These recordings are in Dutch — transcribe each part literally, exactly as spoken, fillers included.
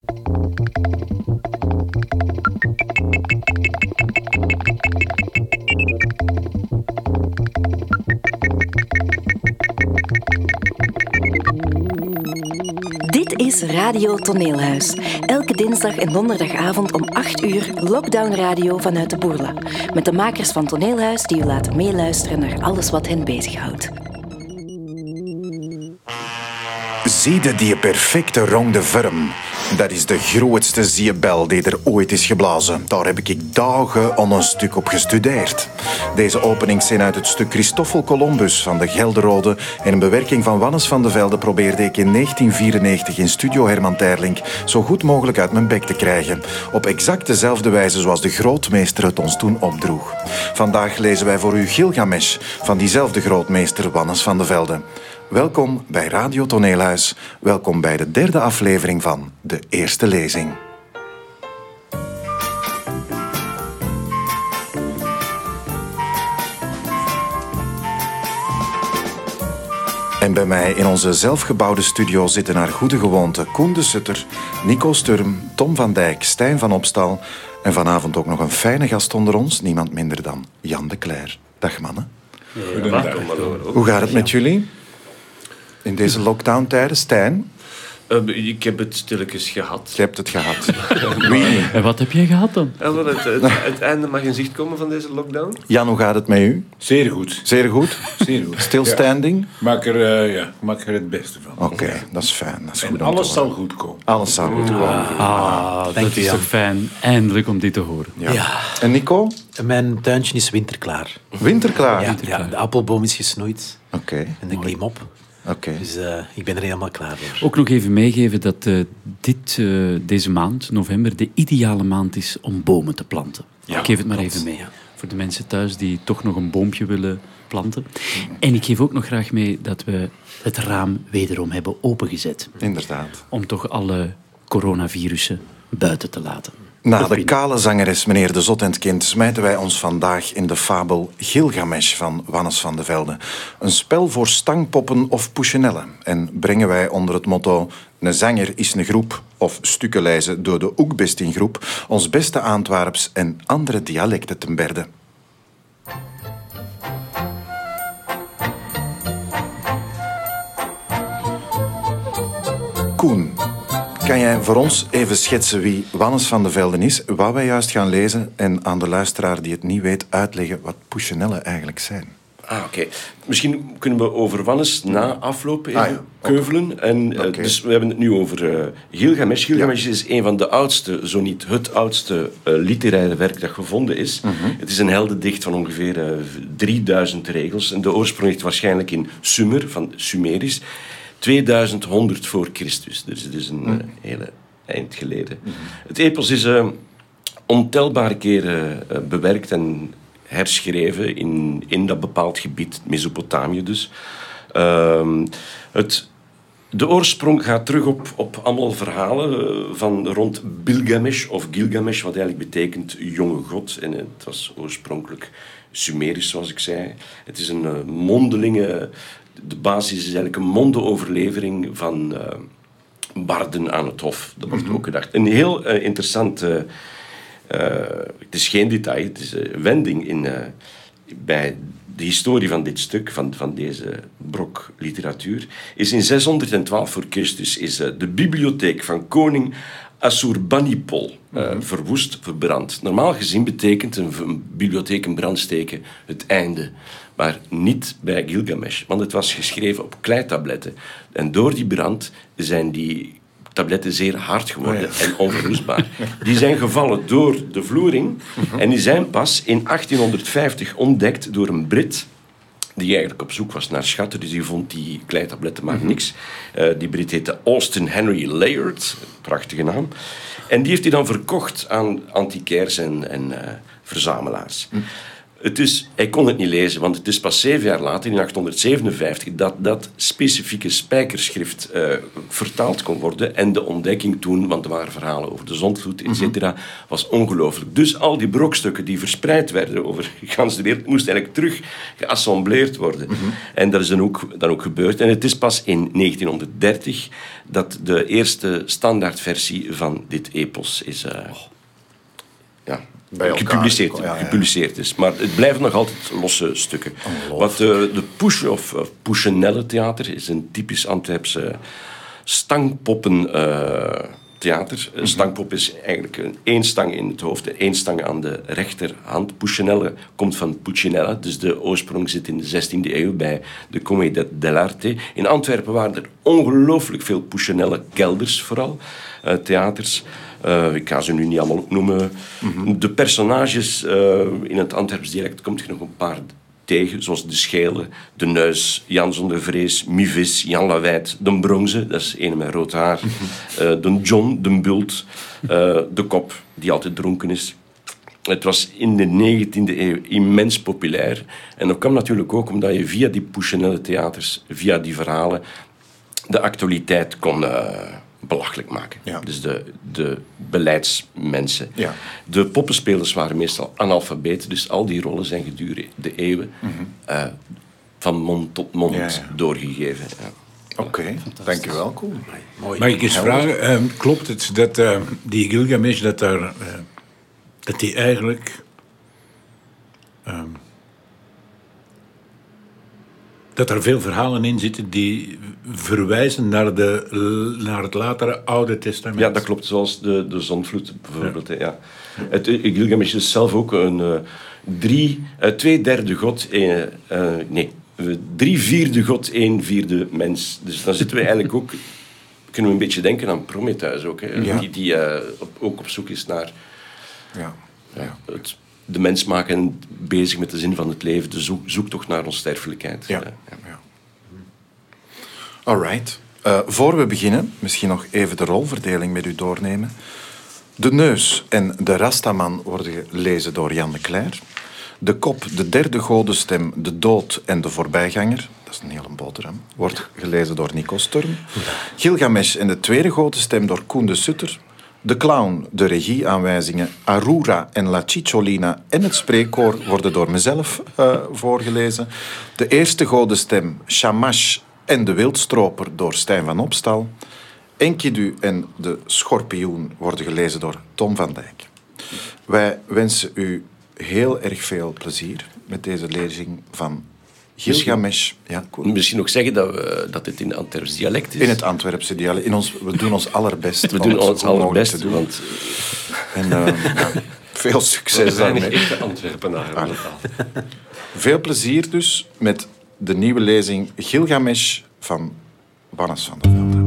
Dit is Radio Toneelhuis. Elke dinsdag en donderdagavond om acht uur Lockdown Radio vanuit de Boerla. Met de makers van Toneelhuis die u laten meeluisteren naar alles wat hen bezighoudt. Zie je die perfecte ronde vorm? Dat is de grootste zeebel die er ooit is geblazen. Daar heb ik dagen aan een stuk op gestudeerd. Deze openings zijn uit het stuk Christoffel Columbus van de Gelderode en een bewerking van Wannes van de Velde probeerde ik in negentien vierennegentig in Studio Herman Terlink zo goed mogelijk uit mijn bek te krijgen. Op exact dezelfde wijze zoals de grootmeester het ons toen opdroeg. Vandaag lezen wij voor u Gilgamesh van diezelfde grootmeester Wannes van de Velde. Welkom bij Radio Toneelhuis. Welkom bij de derde aflevering van De Eerste Lezing. En bij mij in onze zelfgebouwde studio zitten naar goede gewoonte Koen de Sutter, Nico Sturm, Tom van Dijk, Stijn van Opstal en vanavond ook nog een fijne gast onder ons, niemand minder dan Jan de Cler. Dag mannen. Goedendag. Hoe gaat het met jullie? In deze lockdown-tijden, Stijn? Uh, ik heb het stilletjes gehad. Je hebt het gehad. Wie? En wat heb jij gehad dan? Ja, wel, het, het, het einde mag in zicht komen van deze lockdown. Jan, hoe gaat het met u? Zeer goed. Zeer goed? Zeer goed. Stilstanding? Ja. Maak, er, uh, ja, maak er het beste van. Oké, okay, dat is fijn. Dat is en goed alles zal goed komen. Alles zal goed komen. Ah, ah dat is toch fijn. Eindelijk om dit te horen. Ja. Ja. En Nico? Mijn tuintje is winterklaar. Winterklaar? Ja, winterklaar. Ja, de appelboom is gesnoeid. Oké. Okay. En de klim op. Okay. Dus uh, ik ben er helemaal klaar voor. Ook nog even meegeven dat uh, dit, uh, deze maand, november, de ideale maand is om bomen te planten. Ja, ik geef het maar klopt. even mee. Ja. Voor de mensen thuis die toch nog een boompje willen planten. Mm. En ik geef ook nog graag mee dat we het raam wederom hebben opengezet. Inderdaad. Om toch alle coronavirussen buiten te laten. Na de kale zangeres meneer de Zot en het Kind smijten wij ons vandaag in de fabel Gilgamesh van Wannes van de Velde. Een spel voor stangpoppen of pouchenellen. En brengen wij onder het motto een zanger is een groep of stukken lezen door de Oekbest in groep ons beste Antwerps en andere dialecten ten berde. Koen. Kan jij voor ons even schetsen wie Wannes van de Velde is, wat wij juist gaan lezen en aan de luisteraar die het niet weet uitleggen wat pouchenellen eigenlijk zijn? Ah, oké. Okay. Misschien kunnen we over Wannes na afloop even ah, ja. keuvelen. En, uh, okay. Dus we hebben het nu over uh, Gilgamesh. Gilgamesh ja. is een van de oudste, zo niet het oudste uh, literaire werk dat gevonden is. Mm-hmm. Het is een heldendicht van ongeveer uh, drieduizend regels. En de oorsprong ligt waarschijnlijk in Sumer, van Sumerisch. tweeduizend honderd voor Christus. Dus het is een mm. uh, hele eind geleden. Mm-hmm. Het epos is uh, ontelbare keren uh, bewerkt en herschreven in, in dat bepaald gebied, Mesopotamië dus. Uh, het, de oorsprong gaat terug op, op allemaal verhalen uh, van rond Bilgamesh of Gilgamesh, wat eigenlijk betekent jonge god. En het was oorspronkelijk Sumerisch, zoals ik zei. Het is een uh, mondelinge... De basis is eigenlijk een mondeoverlevering van uh, barden aan het hof. Dat wordt mm-hmm. ook gedacht. Een heel uh, interessant... Uh, uh, het is geen detail, het is een wending in, uh, bij de historie van dit stuk, van, van deze brok literatuur, is in zeshonderdtwaalf voor Christus is uh, de bibliotheek van koning Assurbanipal uh, mm-hmm. verwoest, verbrand. Normaal gezien betekent een, een bibliotheek in brand steken het einde. Maar niet bij Gilgamesh, want het was geschreven op kleitabletten. En door die brand zijn die tabletten zeer hard geworden oh ja. en onverwoestbaar. Die zijn gevallen door de vloering mm-hmm. en die zijn pas in achttienhonderdvijftig ontdekt door een Brit die eigenlijk op zoek was naar schatten, dus die vond die kleitabletten maar mm-hmm. niks. Uh, die Brit heette Austin Henry Layard, prachtige naam. En die heeft hij dan verkocht aan antiquairs en, en uh, verzamelaars. Mm. Het is, hij kon het niet lezen, want het is pas zeven jaar later, in achthonderdzevenenvijftig, dat dat specifieke spijkerschrift uh, vertaald kon worden. En de ontdekking toen, want er waren verhalen over de zondvloed, et cetera, mm-hmm. was ongelooflijk. Dus al die brokstukken die verspreid werden over de hele wereld, moesten eigenlijk terug geassembleerd worden. Mm-hmm. En dat is dan ook, dan ook gebeurd. En het is pas in negentienhonderddertig dat de eerste standaardversie van dit epos is... Uh, oh. ja, Bij gepubliceerd, ja, ja, ja. gepubliceerd is. Maar het blijven nog altijd losse stukken. Wat uh, de Pusch- of uh, Puschenelle-theater is een typisch Antwerpse stangpoppentheater. Uh, mm-hmm. Stangpop is eigenlijk een één stang in het hoofd en één stang aan de rechterhand. Puschenelle komt van Puccinella, dus de oorsprong zit in de zestiende eeuw bij de Commedia dell'arte. In Antwerpen waren er ongelooflijk veel Puschenelle-kelders vooral, uh, theaters. Uh, ik ga ze nu niet allemaal opnoemen. Mm-hmm. De personages uh, in het Antwerps dialect komt je nog een paar tegen, zoals de Schele, de Nuis, Jan zonder vrees, Mivis, Jan Lawijt, de Bronze, dat is een met rood haar, mm-hmm. uh, de John, de Bult, uh, de Kop, die altijd dronken is. Het was in de negentiende eeuw immens populair. En dat kwam natuurlijk ook omdat je via die Puschenelle theaters, via die verhalen, de actualiteit kon... Uh, belachelijk maken. Ja. Dus de, de beleidsmensen. Ja. De poppenspelers waren meestal analfabeten, dus al die rollen zijn gedurende de eeuwen mm-hmm. uh, van mond tot mond ja, ja. doorgegeven. Ja. Oké, okay. Dank je wel. Cool. Mooi. Mag ik eens vragen, uh, klopt het dat uh, die Gilgamesh, dat, daar, uh, dat die eigenlijk... Uh, dat er veel verhalen in zitten die verwijzen naar, de, naar het latere Oude Testament. Ja, dat klopt. Zoals de, de zondvloed bijvoorbeeld. Ja. Ja. Het, Gilgamesh is zelf ook een uh, drie, uh, twee derde god, uh, uh, nee, uh, drie vierde god, één vierde mens. Dus dan zitten we eigenlijk ook, kunnen we een beetje denken aan Prometheus ook, hè, ja. die, die uh, op, ook op zoek is naar ja. Ja, het de mens maken en bezig met de zin van het leven, de zoek, zoektocht naar onsterfelijkheid. Ja. Ja. Ja. Alright. Uh, voor we beginnen, misschien nog even de rolverdeling met u doornemen. De Neus en de Rastaman worden gelezen door Jan de Cler. De Kop, de derde godenstem, de Dood en de Voorbijganger, dat is een hele boterham, wordt gelezen door Nico Sturm. Gilgamesh en de tweede godenstem door Koen de Sutter. De Clown, de regieaanwijzingen, Arura en La Cicciolina en het spreekkoor worden door mezelf uh, voorgelezen. De eerste godenstem, Shamash en de Wildstroper door Stijn van Opstal. Enkidu en de Schorpioen worden gelezen door Tom van Dijk. Wij wensen u heel erg veel plezier met deze lezing van Gilgamesh. Ja, cool. Misschien nog zeggen dat, we, dat het in Antwerps dialect is. In het Antwerpse dialect. In ons, we doen ons allerbest. We doen ons allerbest, doen. Want... En, uh, ja, veel succes daarmee. We zijn echte Antwerpenaren. Ah. Veel plezier dus met de nieuwe lezing Gilgamesh van Wannes van der Velde.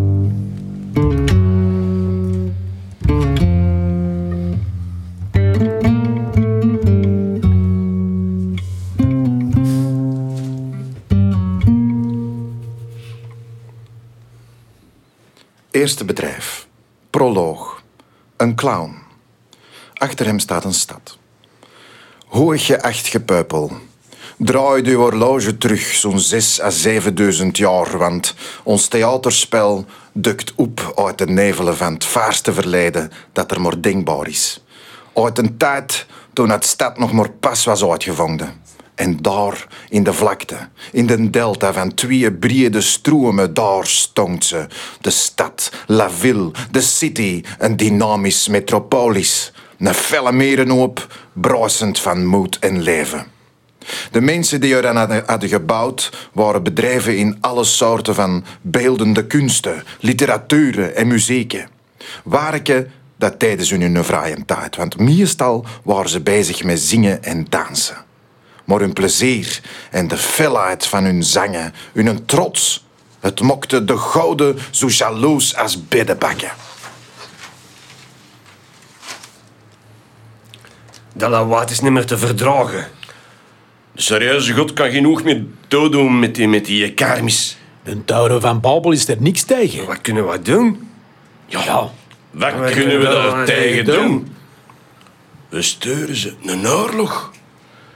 Eerste bedrijf. Proloog. Een clown. Achter hem staat een stad. Hoog geacht gepeupel. Draai uw horloge terug zo'n zes à zevenduizend jaar, want ons theaterspel dukt op uit de nevelen van het vaarste verleden dat er maar denkbaar is. Uit een tijd toen het stad nog maar pas was uitgevonden. En daar, in de vlakte, in de delta van twee brede stromen, daar stond ze. De stad, La Ville, de city, een dynamisch metropolis. Een felle merenhoop, bruisend van moed en leven. De mensen die er aan hadden, hadden gebouwd, waren bedrijven in alle soorten van beeldende kunsten, literatuur en muziek. Waarke, dat deden ze in hun vrije tijd, want meestal waren ze bezig met zingen en dansen. Maar hun plezier en de felheid van hun zangen, hun trots, het mokte de gouden zo jaloers als beddenbakken. Dat lawaai is niet meer te verdragen. De serieuze god kan genoeg meer dooddoen met die, met die karmis. Een toren van Babel is er niks tegen. Wat kunnen we doen? Ja, ja. Wat, wat kunnen, kunnen we daar tegen doen? doen? We sturen ze een oorlog.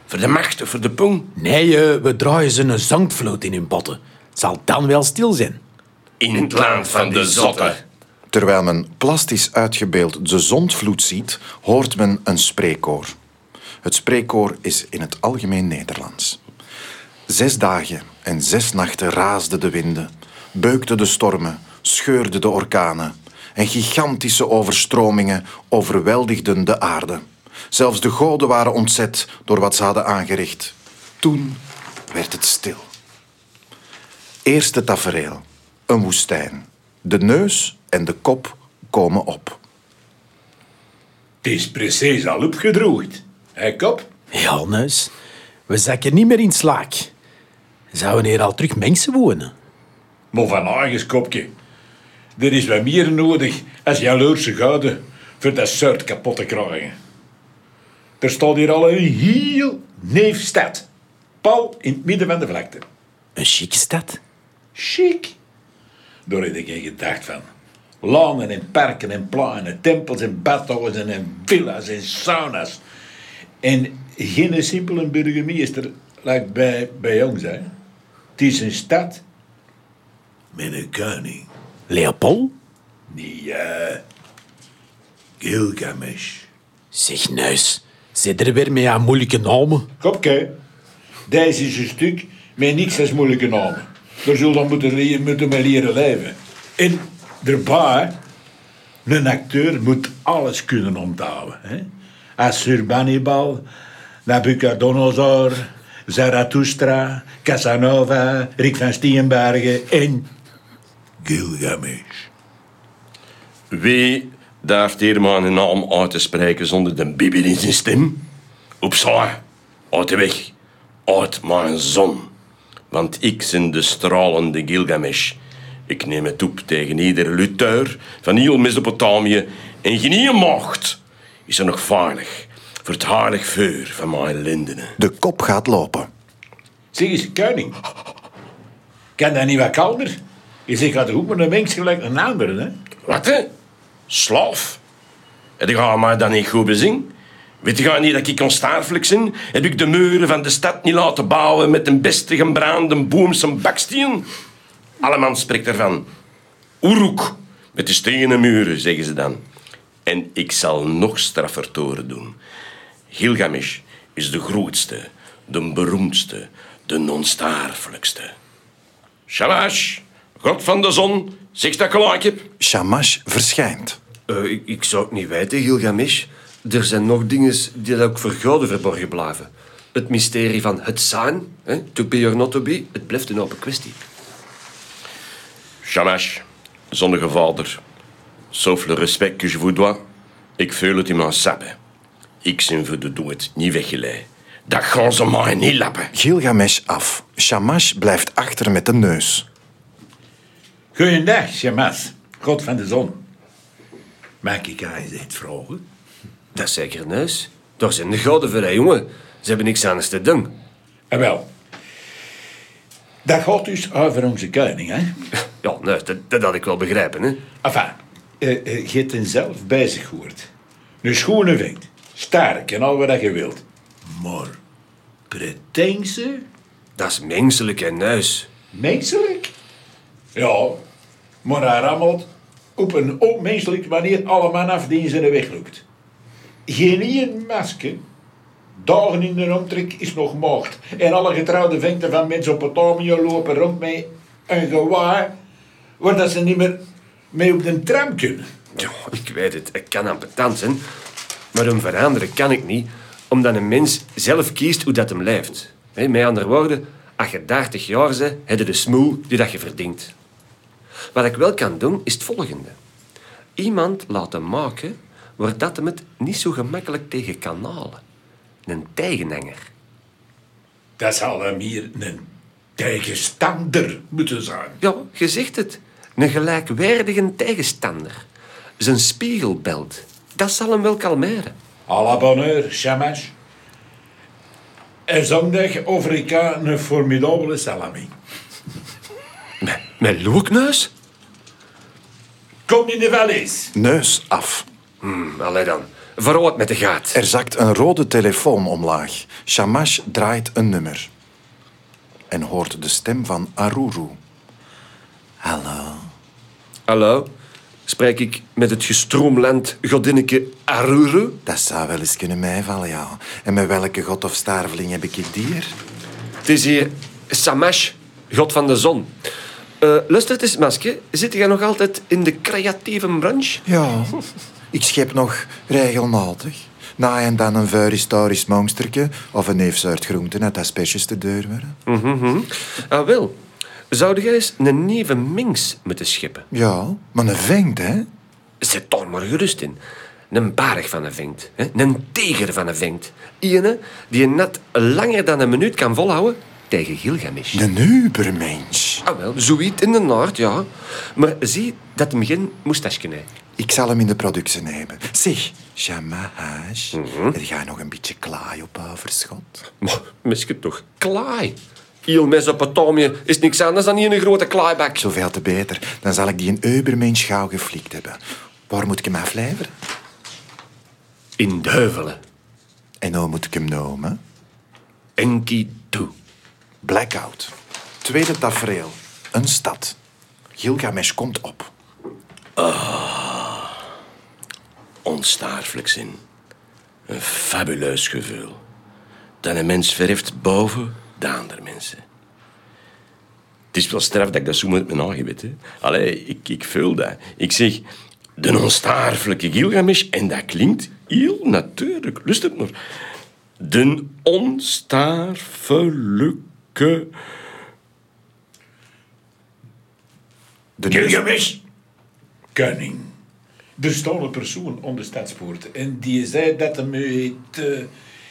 Voor de macht of voor de pong? Nee, uh, we draaien ze een zangvloot in hun potten. Het zal dan wel stil zijn. In het land van de zotten. Terwijl men plastisch uitgebeeld de zondvloed ziet, hoort men een spreekkoor. Het spreekkoor is in het algemeen Nederlands. Zes dagen en zes nachten raasden de winden, beukten de stormen, scheurden de orkanen en gigantische overstromingen overweldigden de aarde. Zelfs de goden waren ontzet door wat ze hadden aangericht. Toen werd het stil. Eerste tafereel. Een woestijn. De neus en de kop komen op. Het is precies al opgedroogd. Hé, kop? Ja, neus. We zakken niet meer in slaak. Zouden hier al terug mensen wonen? Maar van eigen kopje. Er is wat meer nodig als jaloerse gouden voor dat soort kapot te krijgen. Er staat hier al een heel neef stad. Pal in het midden van de vlakte. Een chique stad. Chic. Daar heb ik geen gedacht van. Lanen en parken en pleinen, tempels en badhuizen en villa's en sauna's. En geen simpele burgemeester lijkt bij, bij ons. Hè. Het is een stad met een koning. Leopold? Nee, ja. Gilgamesh. Zeg, neus. Zit er weer mee aan moeilijke namen? Kopke, deze is een stuk met niks als moeilijke namen. Daar zul je dan moeten, le- moeten mee leren leven. En daarbij, een acteur moet alles kunnen onthouden. Hè? Assurbanipal, Nabucodonosor, Zarathustra, Casanova, Rick van Steenbergen en Gilgamesh. Wie durft hier maar een naam uit te spreken zonder de bibber in zijn stem? Opzij, uit de weg, uit mijn zon. Want ik ben de stralende Gilgamesh. Ik neem het op tegen iedere luteur van heel Mesopotamië en geen macht is er nog veilig voor het heilig vuur van mijn lindenen. De kop gaat lopen. Zeg eens, koning. Kan dat niet wat kalmer? Je zegt dat ook maar een mens gelijk een andere, hè? Wat, hè? Slaaf? En die gaan mij dan niet goed bezien? Weet je niet dat ik onsterfelijk ben? Heb ik de muren van de stad niet laten bouwen met een beste gebraande boomse baksteen? Alleman spreekt ervan. Uruk, met de stenen muren, zeggen ze dan. En ik zal nog straffer toren doen. Gilgamesh is de grootste, de beroemdste, de onsterfelijkste. Shamash, god van de zon, zeg dat ik gelijk heb. Shamash verschijnt. Uh, ik, ik zou het niet weten, Gilgamesh. Er zijn nog dingen die ook voor goden verborgen blijven. Het mysterie van het zijn, hè, to be or not to be, het blijft een open kwestie. Shamash, zonnige vader, sauf le respect que je vous dois, ik voel het in mijn sappen. Ik ben voor de dood niet weggeleid. Dat gaan ze mij niet lappen. Gilgamesh af. Shamash blijft achter met de neus. Goeiedag, Shamash, god van de zon. Mag ik jou eens iets vragen? Dat is zeker neus. Daar zijn de goden voor, hè, jongen. Ze hebben niks anders te doen. En wel. Dat gaat dus over onze koning, hè? Ja, neus, dat, dat had ik wel begrijpen, hè. Enfin, uh, uh, je hebt hem zelf bezig gehoord. Een schone vent. Sterk en al wat je wilt. Maar pretentie? Dat is menselijk, hè, neus. Menselijk? Ja, maar hij rammelt op een onmenselijke manier alle man af die in zijn weg loopt. Geen één masker, dagen in de omtrek, is nog maagd. En alle getrouwde venten van Mesopotamië lopen rond met een gewaar waar dat ze niet meer mee op de tram kunnen. Ja, ik weet het. Ik kan ambetant zijn. Maar hem veranderen kan ik niet, omdat een mens zelf kiest hoe dat hem leeft. He, met andere woorden, als je dertig jaar bent, heb je de smoel die dat je verdient. Wat ik wel kan doen, is het volgende. Iemand laten maken waar dat hem het niet zo gemakkelijk tegen kan halen. Een tegenhanger. Dat zal dan hier een tegenstander moeten zijn. Ja, je zegt het. Een gelijkwaardige tegenstander. Zijn spiegelbeeld. Dat zal hem wel kalmeren. À la bonne heure, Shamash. En zondag offer ik aan een formidabele salami. Met, met lookneus? Kom in de valies. Neus af. Hmm, allee dan. vooruit met de gaat. Er zakt een rode telefoon omlaag. Shamash draait een nummer. En hoort de stem van Aruru. Hallo. Hallo? Spreek ik met het gestroomland godinneke Aruru? Dat zou wel eens kunnen meevallen, ja. En met welke god of staarveling heb ik het hier? Het is hier Shamash, god van de zon. Uh, luister eens, Maske. Zit jij nog altijd in de creatieve branche? Ja, ik schep nog regelmatig. Na en dan een vuur historisch monsterke of een neefsoort groenten uit asperges te deur worden. Mm-hmm. Ah, wel. Zou jij eens een nieuwe minx moeten scheppen? Ja, maar een vent, hè? Zet daar maar gerust in. Een barg van een vent. Hè? Een teger van een vent. Iene die je net langer dan een minuut kan volhouden tegen Gilgamesh. Een ubermensch. Ah, wel, zoiets in de naart, ja. Maar zie dat hem geen moustache heeft. Ik zal hem in de productie nemen. Zeg, Shamash, Mm-hmm. er gaat nog een beetje klaai op overschot. Maar, misschien toch klaai. Heel Mesopotamië is niks anders dan hier een grote klaaibak. Zoveel te beter. Dan zal ik die een ubermensch gauw geflikt hebben. Waar moet ik hem afleveren? In Duivelen. En hoe moet ik hem noemen? Enkidu. Blackout. Tweede tafereel. Een stad. Gilgamesh komt op. Onstaarfelijk zin. Een fabuleus gevoel. Dat een mens verheft boven de andere mensen. Het is wel straf dat ik dat zo met mijn eigen weet. Hè. Allee, ik, ik voel dat. Ik zeg, de onstaarfelijke Gilgamesh, en dat klinkt heel natuurlijk. Luister maar. De onstaarfelijke... De Gilgamesh, koning. Er stond een persoon om de stadspoort en die zei dat hij me het uh,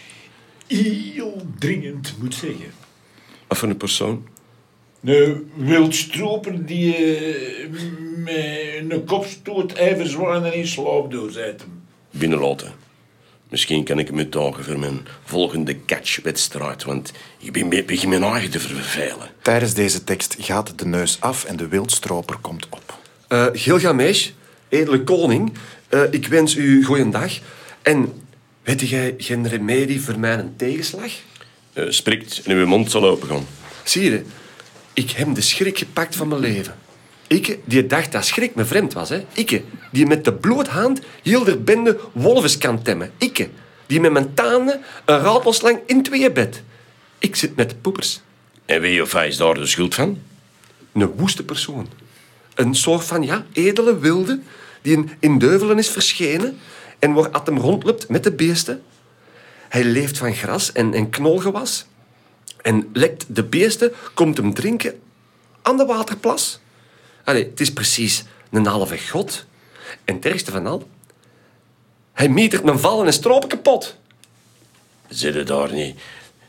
heel dringend moet zeggen. Wat voor een persoon? Een wildstroper die uh, met een kopstoot even zwaar in slaapdoos uit hem. Binnenlaten. Misschien kan ik hem uitdagen voor mijn volgende catchwedstrijd, want ik ben be- begin mijn eigen te vervelen. Tijdens deze tekst gaat de neus af en de wildstroper komt op. Uh, Gilgamesh, edele koning, uh, ik wens u goeiedag. En weet jij geen remedie voor mijn tegenslag? Uh, spreekt en uw mond zal open gaan. Zie je, ik heb de schrik gepakt van mijn leven. Ik, die dacht dat schrik me vreemd was. Hè. Ik, die met de bloedhand heel de bende wolven kan temmen. Ik, die met mijn tanden een ratelslang in tweeën bed. Ik zit met poepers. En wie of hij is daar de schuld van? Een woeste persoon. Een soort van, ja, edele wilde die in, in Duivelen is verschenen en waar at hem rondloopt met de beesten. Hij leeft van gras en, en knolgewas en lekt de beesten, komt hem drinken aan de waterplas. Allee, het is precies een halve god. En het ergste van al, hij metert mijn vallen en stropen kapot. Zit je daar niet...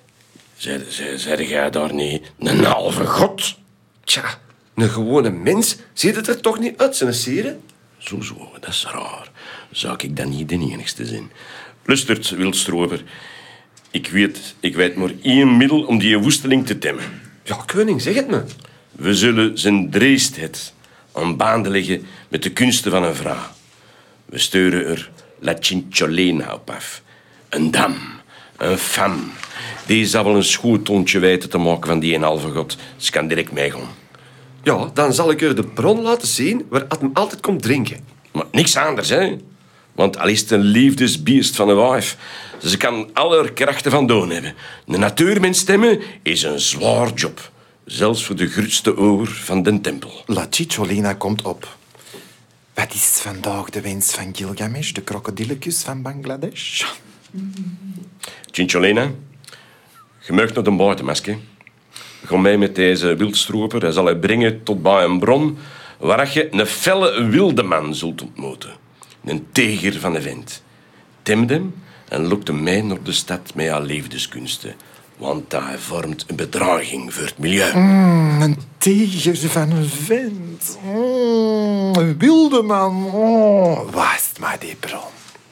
Zeg jij daar niet een halve god? Tja, een gewone mens ziet het er toch niet uit, zijn sieren? Zo, zo, dat is raar. Zou ik dan niet de enigste zijn? Lustert, wildstroper. Ik weet, ik weet maar één middel om die woesteling te temmen. Ja, koning, zeg het me. We zullen zijn dreestheid aan banden leggen met de kunsten van een vrouw. We sturen er La Cinciolena op af. Een dam, een femme. Die zal wel een schootoontje weten te maken van die een halve god. Ze kan direct meegaan. Ja, dan zal ik er de bron laten zien waar Adam altijd komt drinken. Maar niks anders, hè. Want al is het een liefdesbeest van een wijf, ze kan alle haar krachten van doen hebben. De natuurmens stemmen is een zwaar job. Zelfs voor de grootste oor van den tempel. La Cicciolina komt op. Wat is vandaag de wens van Gilgamesh, de krokodillenkus van Bangladesh? Cinciolena, je mag naar de buitenmasker. Ga mee met deze wildstroper. Hij zal je brengen tot bij een bron waar je een felle wilde man zult ontmoeten. Een teger van de vent. Tem hem en lokt hem mee naar de stad met haar liefdeskunsten. Want hij vormt een bedreiging voor het milieu. Mm, een teger van een vent. Mm, een wilde man. Oh. Waar is maar die bron?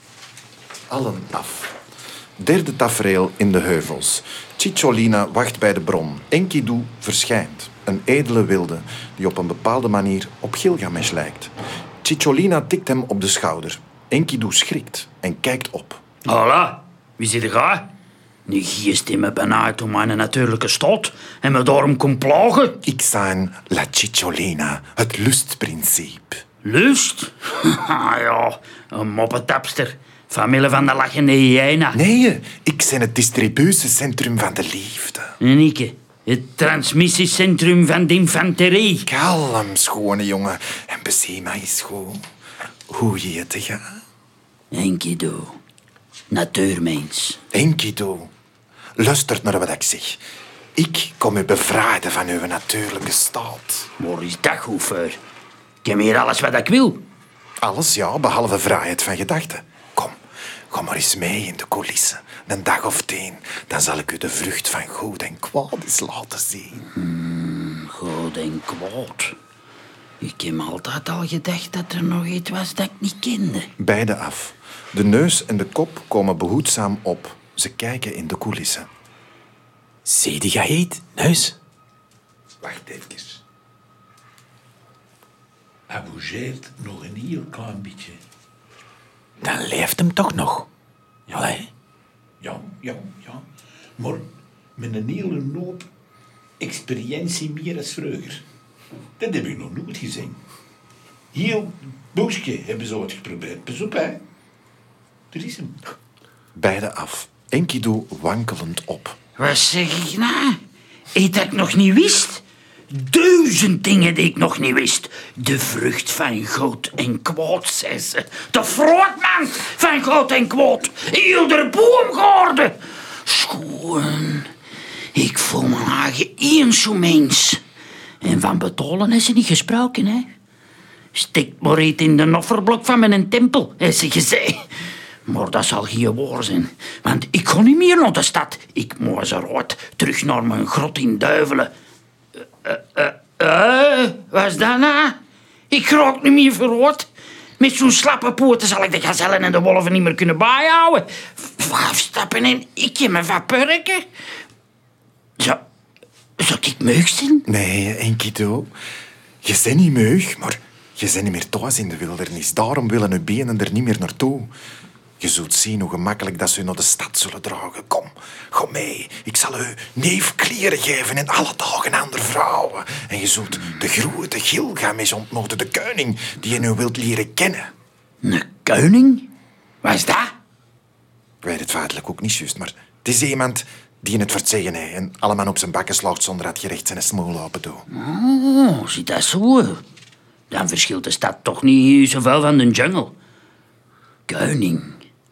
Allen af. Derde tafereel in de heuvels. Cicciolina wacht bij de bron. Enkidu verschijnt. Een edele wilde die op een bepaalde manier op Gilgamesh lijkt. Cicciolina tikt hem op de schouder. Enkidu schrikt en kijkt op. Hola, wie zit er ga? Nu geest in me benauwd om mijn natuurlijke staat en me daarom komt plagen. Ik zijn La Cicciolina, het lustprincipe. Lust? Ja, een moppetapster. Familie van de lachende hyena. Nee, ik ben het distributiecentrum van de liefde. En ik, het transmissiecentrum van de infanterie. Kalm, schone jongen. En bezie mij eens goed. Hoe je het gaat. Enkidu. Natuurmens. Enkidu. Luister naar wat ik zeg. Ik kom u bevrijden van uw natuurlijke staat. Waar is dat goed voor? Ik heb hier alles wat ik wil. Alles, ja, behalve vrijheid van gedachten. Kom, kom maar eens mee in de coulissen. Een dag of tien. Dan zal ik u de vrucht van goed en kwaad eens laten zien. Hmm, goed en kwaad. Ik heb altijd al gedacht dat er nog iets was dat ik niet kende. Beide af. De neus en de kop komen behoedzaam op. Ze kijken in de coulissen. Zie die heet, neus? Wacht even. Hij bougeert nog een heel klein beetje. Dan leeft hem toch nog. Ja, hè? Ja, ja, ja. Maar met een hele hoop experientie meer dan vroeger. Dat heb ik nog nooit gezien. Heel boekje hebben ze ooit geprobeerd. Pas op, hè. Er is hem. Beide af. Enkidu wankelend op. Wat zeg ik nou? Iets dat ik nog niet wist? Duizend dingen die ik nog niet wist. De vrucht van goed en kwaad, zei ze. De fruitman van goed en kwaad. Heel de boom geworden. Schoon. Ik voel me eigen eens zo mens. En van betalen is ze niet gesproken, hè. Stik maar iets in de offerblok van mijn tempel, heeft ze gezegd. Maar dat zal geen waar zijn. Want ik kon niet meer naar de stad. Ik moest eruit, terug naar mijn grot in Duivelen. Eh, uh, uh, uh, wat is dat nou? Ik raak niet meer vooruit. Met zo'n slappe poten zal ik de gazellen en de wolven niet meer kunnen bijhouden. Vijf stappen en ik heb me van purken. Zou, zou ik meug zijn? Nee, Enkidu. Je bent niet meug, maar je bent niet meer thuis in de wildernis. Daarom willen uw benen er niet meer naartoe. Je zult zien hoe gemakkelijk dat ze u naar de stad zullen dragen. Kom, ga mee. Ik zal u neefkleren geven en alle dagen andere vrouwen. En je zult de grote Gilgamesh ontmoeten, de koning die je nu wilt leren kennen. Een koning? Wat is dat? Ik weet het feitelijk ook niet juist, maar het is iemand die in het verzeggen heeft en allemaal op zijn bakken slaagt zonder dat je recht zijn smoel open doet. Oh, zit dat zo? Dan verschilt de stad toch niet zoveel van de jungle. Koning.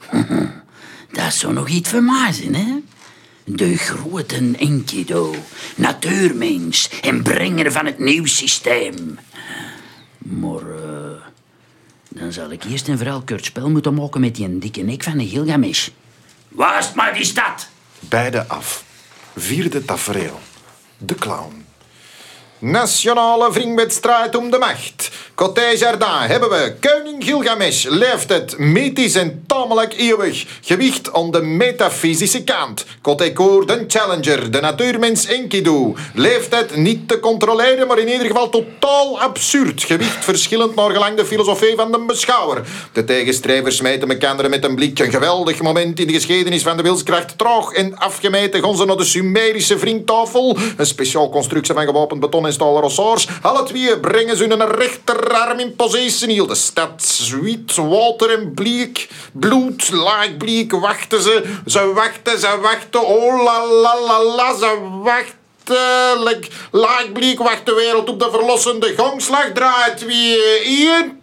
Dat zou nog iets voor mij zijn, hè? De grote Enkidu, natuurmens en brenger van het nieuw systeem. Maar uh, dan zal ik eerst een vooral kort spel moeten maken met die dikke nek van de Gilgamesh. Waar is maar die stad? Beide af. Vierde tafereel. De clown. Nationale wringwedstrijd om de macht. Côté Jardin hebben we koning Gilgamesh, leeftijd mythisch en tamelijk eeuwig. Gewicht aan de metafysische kant. Côté Cour de challenger, de natuurmens Enkidu. Leeftijd niet te controleren, maar in ieder geval totaal absurd. Gewicht verschillend naar gelang de filosofie van de beschouwer. De tegenstrevers smijten elkaar met een blik. Een geweldig moment in de geschiedenis van de wilskracht. Traag en afgemeten gaan ze naar de Sumerische wringtafel. Een speciaal constructie van gewapend beton en stalen rossaars. Alle twee brengen ze hun rechterarm in positie. Heel de stad zwiet, water en bleek. Bloed, laag bleek, wachten ze. Ze wachten, ze wachten. Oh la la la la, ze wachten. Laag bleek wacht de wereld op de verlossende gongslag. Draait wie één.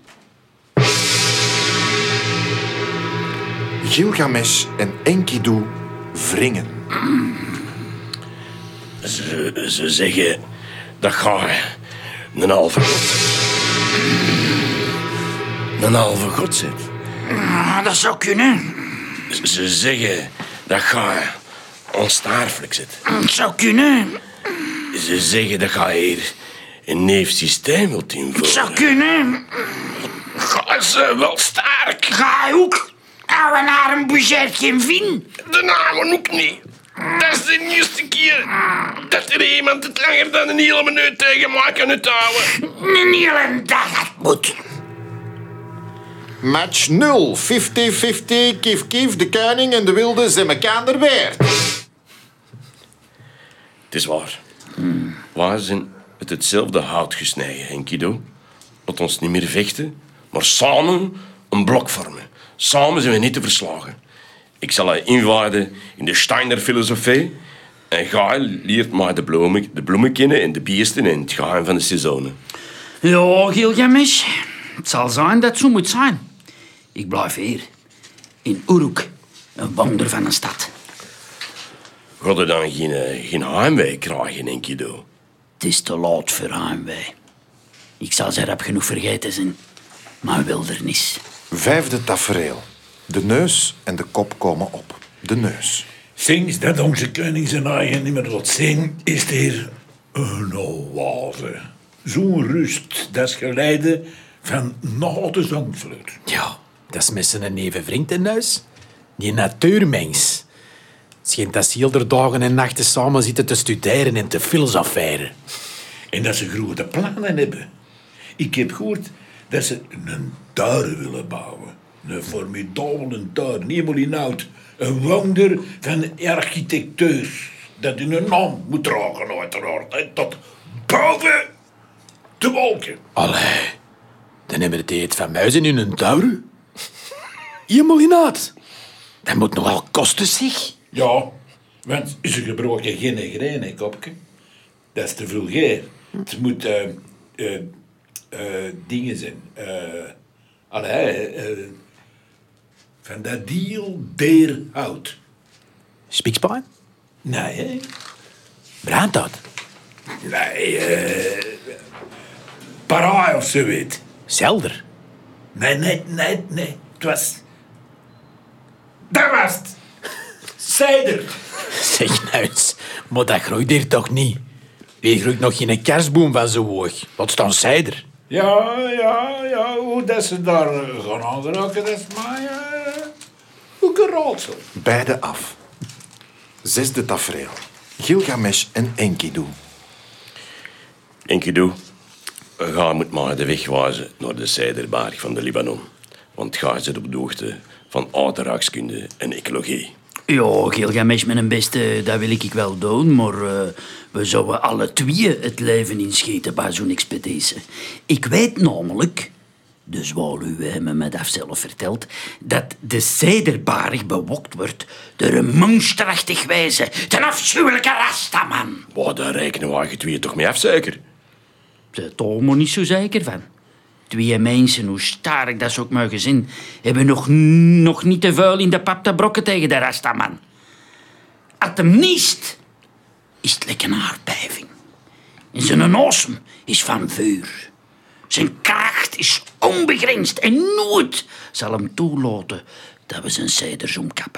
Gilgamesh en Enkidu wringen. Ze, ze zeggen dat ga een halve god. Een halve god zit. Ah, dat zou kunnen. Ze, ze zeggen dat ga onsterfelijk zit. Dat zou kunnen. Ze zeggen dat ga hier een neef systeem wilt invoeren. Dat zou kunnen. Ga ze wel sterk. Ga ook. Ouwe naar een budget geen vin. De namen ook niet. Dat is de eerste keer dat er iemand het langer dan een hele minuut tegen mij kan uithouden. Een hele dag het moet. Match nul. vijftig vijftig, kief kief, de koning en de wilde zijn mekaar weer. Het is waar. Hmm. Wij zijn met hetzelfde hout gesneden, Enkidu. Laat ons niet meer vechten, maar samen een blok vormen. Samen zijn we niet te verslagen. Ik zal je inwijden in de Steiner filosofie. En jij leert mij de bloemen, de bloemen kennen en de beesten en het geheim van de seizoenen. Ja, Gilgamesh. Het zal zijn dat het zo moet zijn. Ik blijf hier. In Uruk. Een wonder van een stad. Ga je dan geen, geen heimwee krijgen, Enkidu? Het is te laat voor heimwee. Ik zal ze rap genoeg vergeten zijn. Maar wildernis. Vijfde tafereel. De neus en de kop komen op. De neus. Sinds dat onze koning zijn eigen niet meer laat zien, is het hier een oase. Zo'n rust, dat is geleide van na de zangvloed. Ja, dat is met zijn neven vriend in huis. Die natuurmens. Het schijnt dat ze heel de dagen en nachten samen zitten te studeren en te filosoferen. En dat ze grote plannen hebben. Ik heb gehoord dat ze een toren willen bouwen. Een formidabele toren, helemaal in hout. Een wonder van architectuur. Dat in een naam moet dragen, uiteraard. En tot boven de wolken. Allee, dan hebben we het eet van muizen in een toren. Helemaal in hout. Dat moet nogal kosten, zeg. Ja, want ze gebruiken geen grein, hè, kopje. Dat is te vulgair. Het moet uh, uh, uh, dingen zijn. Uh, allee, uh, van dat diel der hout. Spikspijn? Nee, hè? Brandhout? Nee, uh, paraai of zoiets. Zelder? Nee, nee, nee, nee. Het was... Dat was het. Zijder. Zeg nou eens, maar dat groeit hier toch niet? Wie groeit nog geen kerstboom van zo hoog? Wat staan zijder? Ja, ja, ja. Hoe dat ze daar gaan aanraken, dat is maar... Uh, hoe geraadsel. Beide af. Zesde tafereel. Gilgamesh en Enkidu. Enkidu, ga moet maar de weg wijzen naar de Zijderberg van de Libanon. Want ga zit op de hoogte van aardrijkskunde en ecologie. Ja, Gilgamesh, mijn beste, dat wil ik wel doen, maar uh, we zouden alle twee het leven inschieten bij zo'n expeditie. Ik weet namelijk, de zwaluw hebben me dat zelf verteld, dat de Zijderberg bewokt wordt door een monsterachtig wezen, ten afschuwelijke Rastaman. Wat, daar rekenen wij je twee toch mee af, zeker? Ze toch maar niet zo zeker van. Twee mensen, hoe sterk dat ze ook mogen zijn, hebben nog, nog niet te vuil in de pap te brokken tegen de Rastaman. Als hem niest, is het lekker een aardbeving. En zijn asem is van vuur. Zijn kracht is onbegrensd en nooit zal hem toelaten dat we zijn zijders omkappen.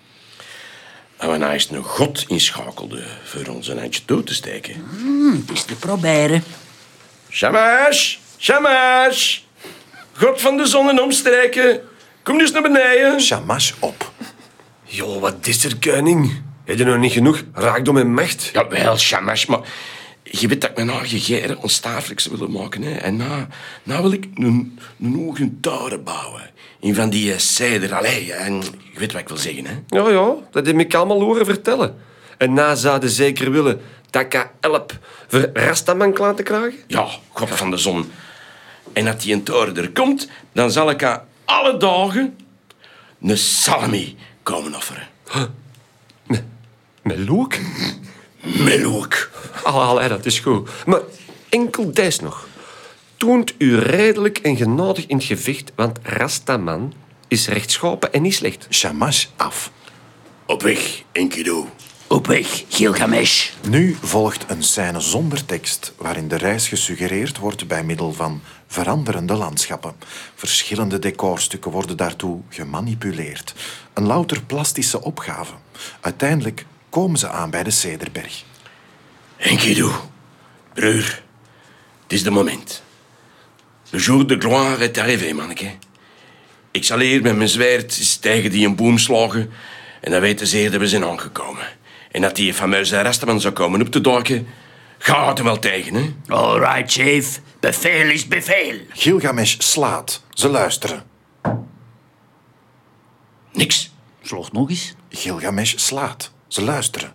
En wanneer is een god inschakelde voor ons een handje dood te steken? Hmm, het is te proberen. Shamash! Shamash! God van de zon en omstreken. Kom dus naar beneden. Shamash op. Jo, wat is er, koning? Heb je nog niet genoeg raakdom en macht? Jawel, Shamash, maar... Je weet dat ik mijn eigen geren onsterfelijk zou willen maken. Hè? En na, na wil ik een, een hoge toren bouwen. In van die zijder. Allee, en je weet wat ik wil zeggen, hè? Ja, ja, dat heb ik allemaal horen vertellen. En na zouden zeker willen dat ik help voor Rastaman klaar te krijgen? Ja, God van de zon. En als die een toren er komt, dan zal ik haar alle dagen een salami komen offeren. Huh? Met, met look? Met look. Allee, dat is goed. Maar enkel deze nog. Toont u redelijk en genadig in het gevecht, want Rastaman is rechtschapen en niet slecht. Shamash af. Op weg, Enkidu. Op weg, Gilgamesh. Nu volgt een scène zonder tekst, waarin de reis gesuggereerd wordt bij middel van veranderende landschappen. Verschillende decorstukken worden daartoe gemanipuleerd. Een louter plastische opgave. Uiteindelijk komen ze aan bij de Cederberg. Enkidu, broer, het is de moment. Le jour de gloire est arrivé, manneke. Ik zal hier met mijn zwaard eens tegen die een boom slagen en dan weten ze dat we zijn aangekomen. En dat die fameuze Rastaman zou komen op te duiken, gaat hem wel tegen, hè? All right, chief. Bevel is bevel. Gilgamesh slaat. Ze luisteren. Niks. Slag nog eens. Gilgamesh slaat. Ze luisteren.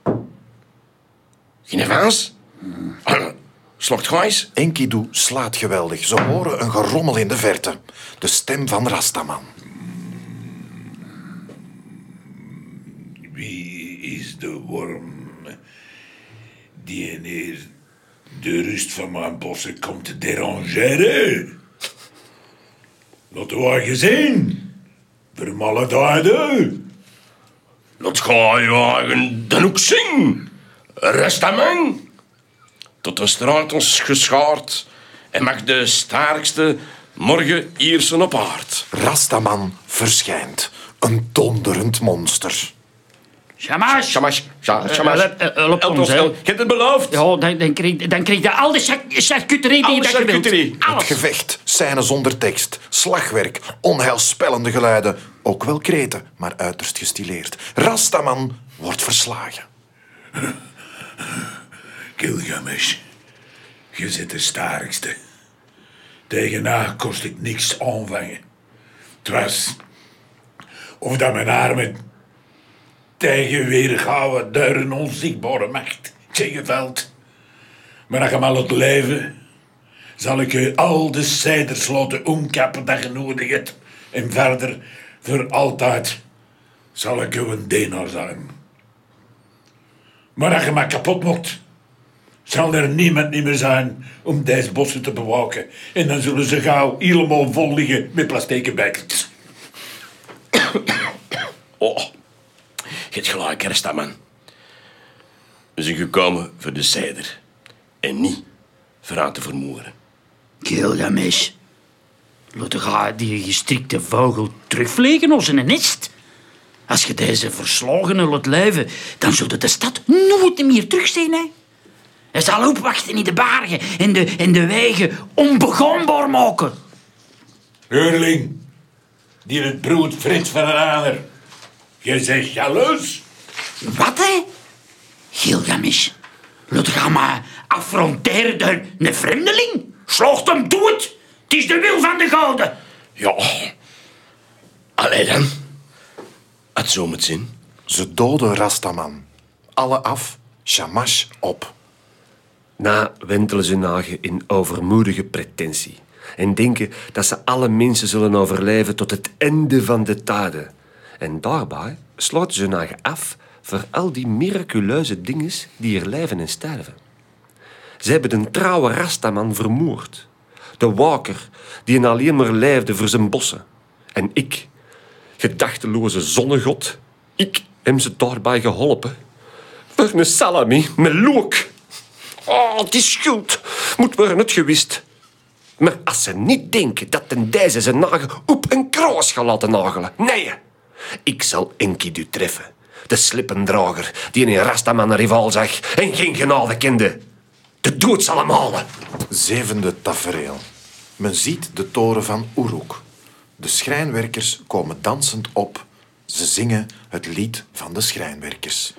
Geen Vaas? Slocht gijs? Enkidu slaat geweldig. Ze horen een gerommel in de verte. De stem van Rastaman. Wie is de worm die hier de rust van mijn bossen komt te derangeren? Laat waar gezien. Vermaledijde. Laat ga je eigen dan ook zien. Rastaman. Tot de straat ons geschaard. En mag de sterkste morgen iersen op aard. Rastaman verschijnt. Een donderend monster. Shamash. Shamash. Shamash. Help ons, hè. Je hebt het beloofd. Ja, dan, dan, krijg, dan krijg je al de charcuterie die je dat je wilt. Het Alles. gevecht, scène zonder tekst, slagwerk, onheilspellende geluiden. Ook wel kreten, maar uiterst gestileerd. Rastaman wordt verslagen. Gilgamesh, je zit de sterkste. Tegen haar kost ik niks aanvangen. Het was of dat mijn armen tegen weergouwen door een onzichtbare macht tegengeveld. Maar als je maar laat leven, zal ik je al de cijders laten omkappen dat je nodig hebt. En verder, voor altijd, zal ik je een dienaar zijn. Maar als je maar kapot mocht, zal er niemand niet meer zijn om deze bossen te bewaken. En dan zullen ze gauw helemaal vol liggen met plastieke bijtjes. Oh, je hebt gelijk, Rastaman. We zijn gekomen voor de cider. En niet voor aan te vermoorden. Gilgamesh. Laat ga die gestrikte vogel terugvliegen als in een nest. Als je deze verslagene laat leven, dan zult de stad nooit meer terugzien, hè. Hij zal opwachten in de bergen en de, en de wegen onbegaanbaar maken. Heurling, die het broed frit van een ander. Je zegt jaloers? Wat, hè? Gilgamesh, laat ga maar affronteren door een vreemdeling. Slaagt hem, doe het. Het is de wil van de goden. Ja. Allee dan. Het zo moet zijn. Ze doden Rastaman. Alle af, Shamash op. Na wentelen ze nagen in overmoedige pretentie en denken dat ze alle mensen zullen overleven tot het einde van de tijden. En daarbij sluiten ze nagen af voor al die miraculeuze dingen die er leven en sterven. Ze hebben een trouwe Rastaman vermoord. De waker die een alleen maar leefde voor zijn bossen. En ik, gedachteloze zonnegod, ik heb ze daarbij geholpen. Voor een salami met look. Oh, het is schuld. Moet worden het gewist. Maar als ze niet denken dat ten deze zijn nagen op een kroos gaan laten nagelen. Nee. Ik zal Enkidu treffen. De slippendrager die in een Rastaman een rivaal zag en geen genade kende. De dood zal hem halen. Zevende tafereel. Men ziet de toren van Uruk. De schrijnwerkers komen dansend op. Ze zingen het lied van de schrijnwerkers.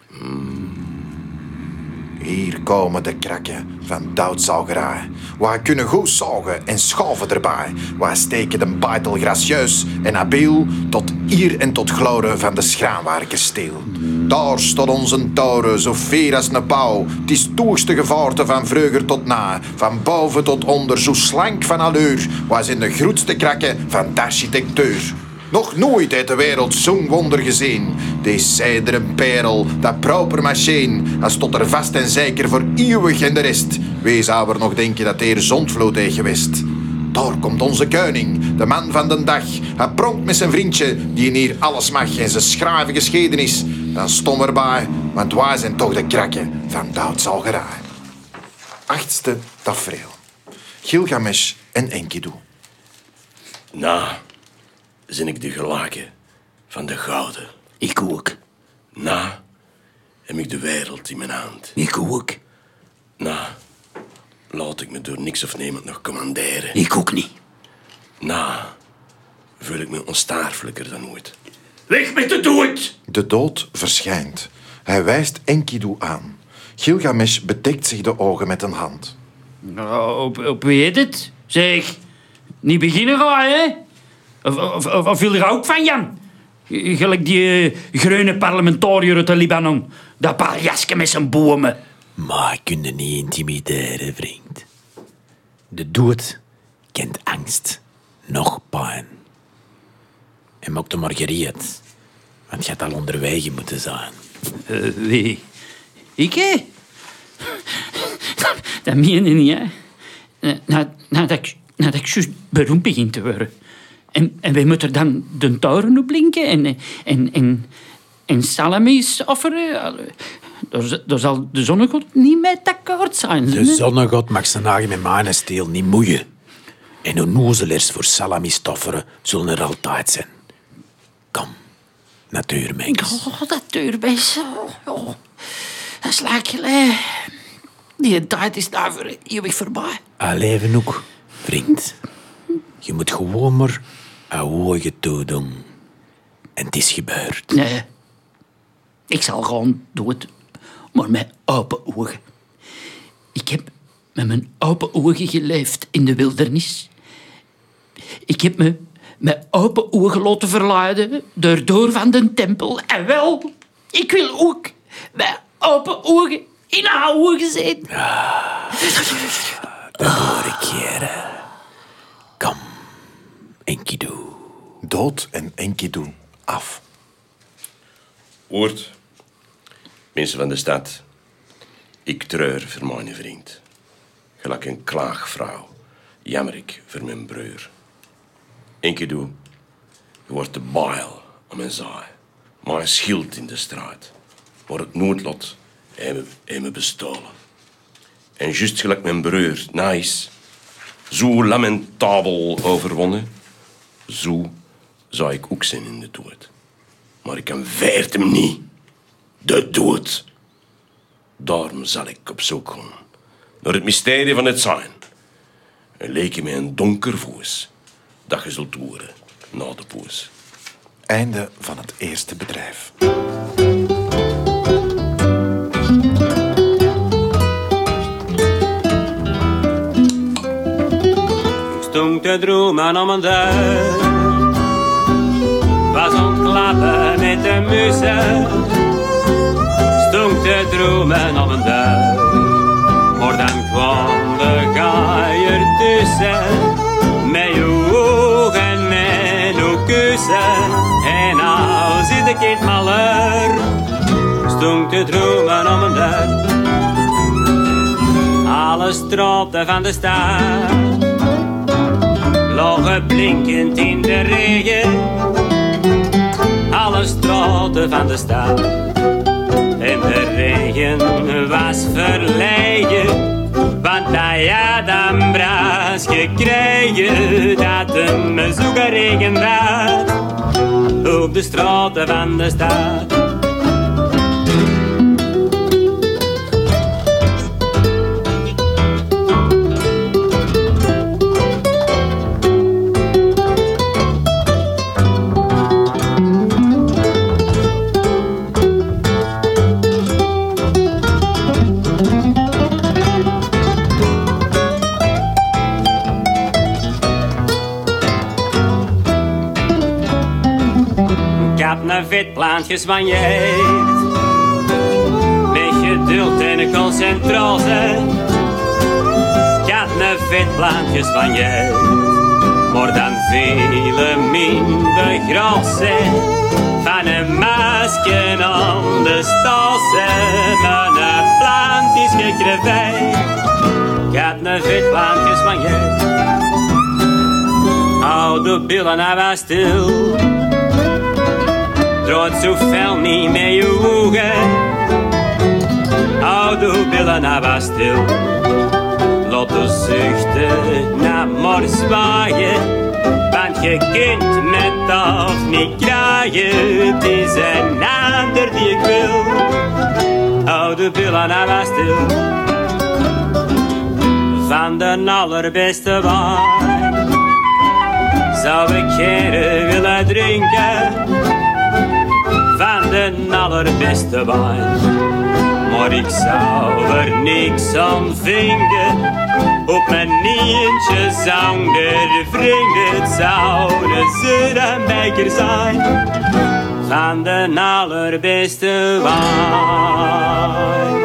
Hier komen de krakken van doudzaugerij. Wij kunnen goed zagen en schaven erbij. Wij steken de beitel gracieus en habiel tot eer en tot glorie van de schrijnwerkers stil. Daar staat onze toren, zo fier als een pauw. Het is het hoogste gevaarte van vroeger tot na. Van boven tot onder, zo slank van allure. Wij zijn de grootste krakken van de architectuur. Nog nooit heeft de wereld zo'n wonder gezien. Deze zijderen perel, dat proper machine, als tot er vast en zeker voor eeuwig en de rest. Wie zou er nog denken dat hier zondvloed heeft geweest? Daar komt onze koning, de man van de dag. Hij pronkt met zijn vriendje, die hier alles mag en zijn schrijven geschiedenis. Dan stom erbij, want wij zijn toch de krakken van doudzaugerij. Achtste tafereel. Gilgamesh en Enkidu. Nou, zijn ik de gelaken van de gouden. Ik ook. Nou, heb ik de wereld in mijn hand. Ik ook. Nou, laat ik me door niks of niemand nog commanderen. Ik ook niet. Nou, voel ik me onsterfelijker dan ooit. Weg met de dood! De dood verschijnt. Hij wijst Enkidu aan. Gilgamesh bedekt zich de ogen met een hand. Nou, op, op wie heet het? Zeg, niet beginnen gaan, hè? Of, of, of, of wil je ook van, Jan? Gelijk die uh, groene parlementariër uit de Libanon. Dat paljasje met zijn bomen. Maar je kunt je niet intimideren, vriend. De dood kent angst. Nog pijn. En maak de margariet. Want je had al onderweg moeten zijn. Uh, wie? Ik, hè? Dat meen je niet, hè? Nou, nou, dat ik, nou dat ik juist beroemd begin te worden. En, en wij moeten dan de toren opblinken en, en, en, en salamis offeren. Daar, daar zal de zonnegod niet mee akkoord zijn. De zonnegod mag zijn eigen met mijn steel niet moeien. En onnozelers voor salamis offeren zullen er altijd zijn. Kom, natuurmens. Oh, natuurmens. Oh, dat is lang geleden. Die tijd is daar voor eeuwig voorbij. Al even ook, vriend. Je moet gewoon maar een ogen toedoen. En het is gebeurd. Nee. Ik zal gewoon dood. Maar met open ogen. Ik heb met mijn open ogen geleefd in de wildernis. Ik heb me met open ogen laten verleiden door de deur van de tempel. En wel, ik wil ook met open ogen in haar ogen zitten. Ja, dat hoor ik, heren. Kom, Enkidu. Dood en Enkidu af. Woord. Mensen van de stad. Ik treur voor mijn vriend. Gelijk een klaagvrouw. Jammer ik voor mijn broer. Enkidu, je wordt de bijl om mijn zaai. Mijn schild in de straat. Waar het noodlot heeft me bestolen. En juist gelijk mijn broer, nice, zo lamentabel overwonnen, zo zou ik ook zijn in de dood. Maar ik aanvaard hem niet. De dood. Daarom zal ik op zoek gaan naar het mysterie van het zijn. En leek je mij een donker voos dat je zult horen na de poos. Einde van het eerste bedrijf. Stond te dromen om een deur. Was ontklappen met de muzen. Stond te dromen om een deur. Maar dan kwam de gaier tussen. Met je ogen en je kussen. En nou zit ik in het malheur. Stond te dromen om een deur. Alle straten van de stad lagen blinkend in de regen. Alle straten van de stad. En de regen was verlegen. Want hij had een braas gekregen dat hem zo'n regen was op de straten van de stad. Een vetplaatje zwanjeert met geduld en concentratie. Ik had een vetplaatje zwanjeert, maar dan veel minder grassen. Van een masker aan de stassen, mijn plant is gekreveerd. Ik had een vetplaatje zwanjeert. Oude billen, hij was stil. Draait zo fel niet met je ogen. Oude billen, hij was stil. Laat de zuchten naar maar zwaaien. Want je kunt met dat niet kraaien. Het is een ander die ik wil. Oude billen, hij was stil. Van de allerbeste wijn zou ik geen willen drinken. Van de allerbeste wijn, maar ik zou er niks aan vinden. op mijn nientje zang de vrienden, het zouden ze de bijker zijn van de allerbeste wijn.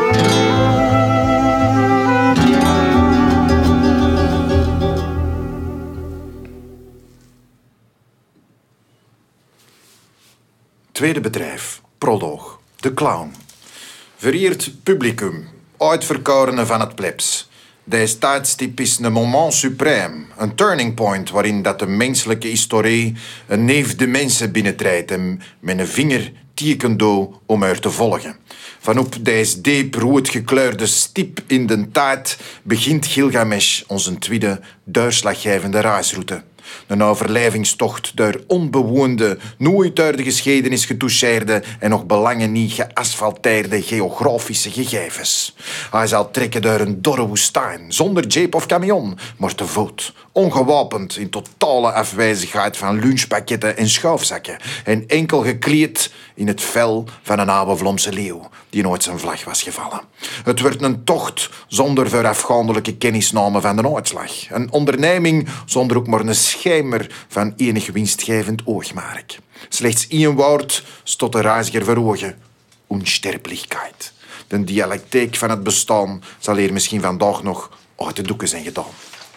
Tweede bedrijf, proloog, de clown. Vereerd publicum, uitverkorenen van het plebs. Deze tijdstip is een moment suprême, een turning point waarin dat de menselijke historie een neef de mensen binnentrijdt en met een vinger tekendo om er te volgen. Vanop deze diep rood gekleurde stip in de tijd begint Gilgamesh onze tweede doorslaggevende reisroute. Een overlevingstocht door onbewoonde, nooit uit de geschiedenis getoucheerde en nog belangen niet geasfalteerde geografische gegevens. Hij zal trekken door een dorre woestijn, zonder jeep of camion, maar te voet, ongewapend in totale afwezigheid van lunchpakketten en schuifzakken en enkel gekleed in het vel van een oude Vlaamse leeuw die nooit zijn vlag was gevallen. Het werd een tocht zonder voorafgaandelijke kennisname van de uitslag. Een onderneming zonder ook maar een schijmer van enig winstgevend oogmerk. Slechts één woord stot de reiziger voor ogen. Onsterfelijkheid. De dialectiek van het bestaan zal hier misschien vandaag nog uit de doeken zijn gedaan.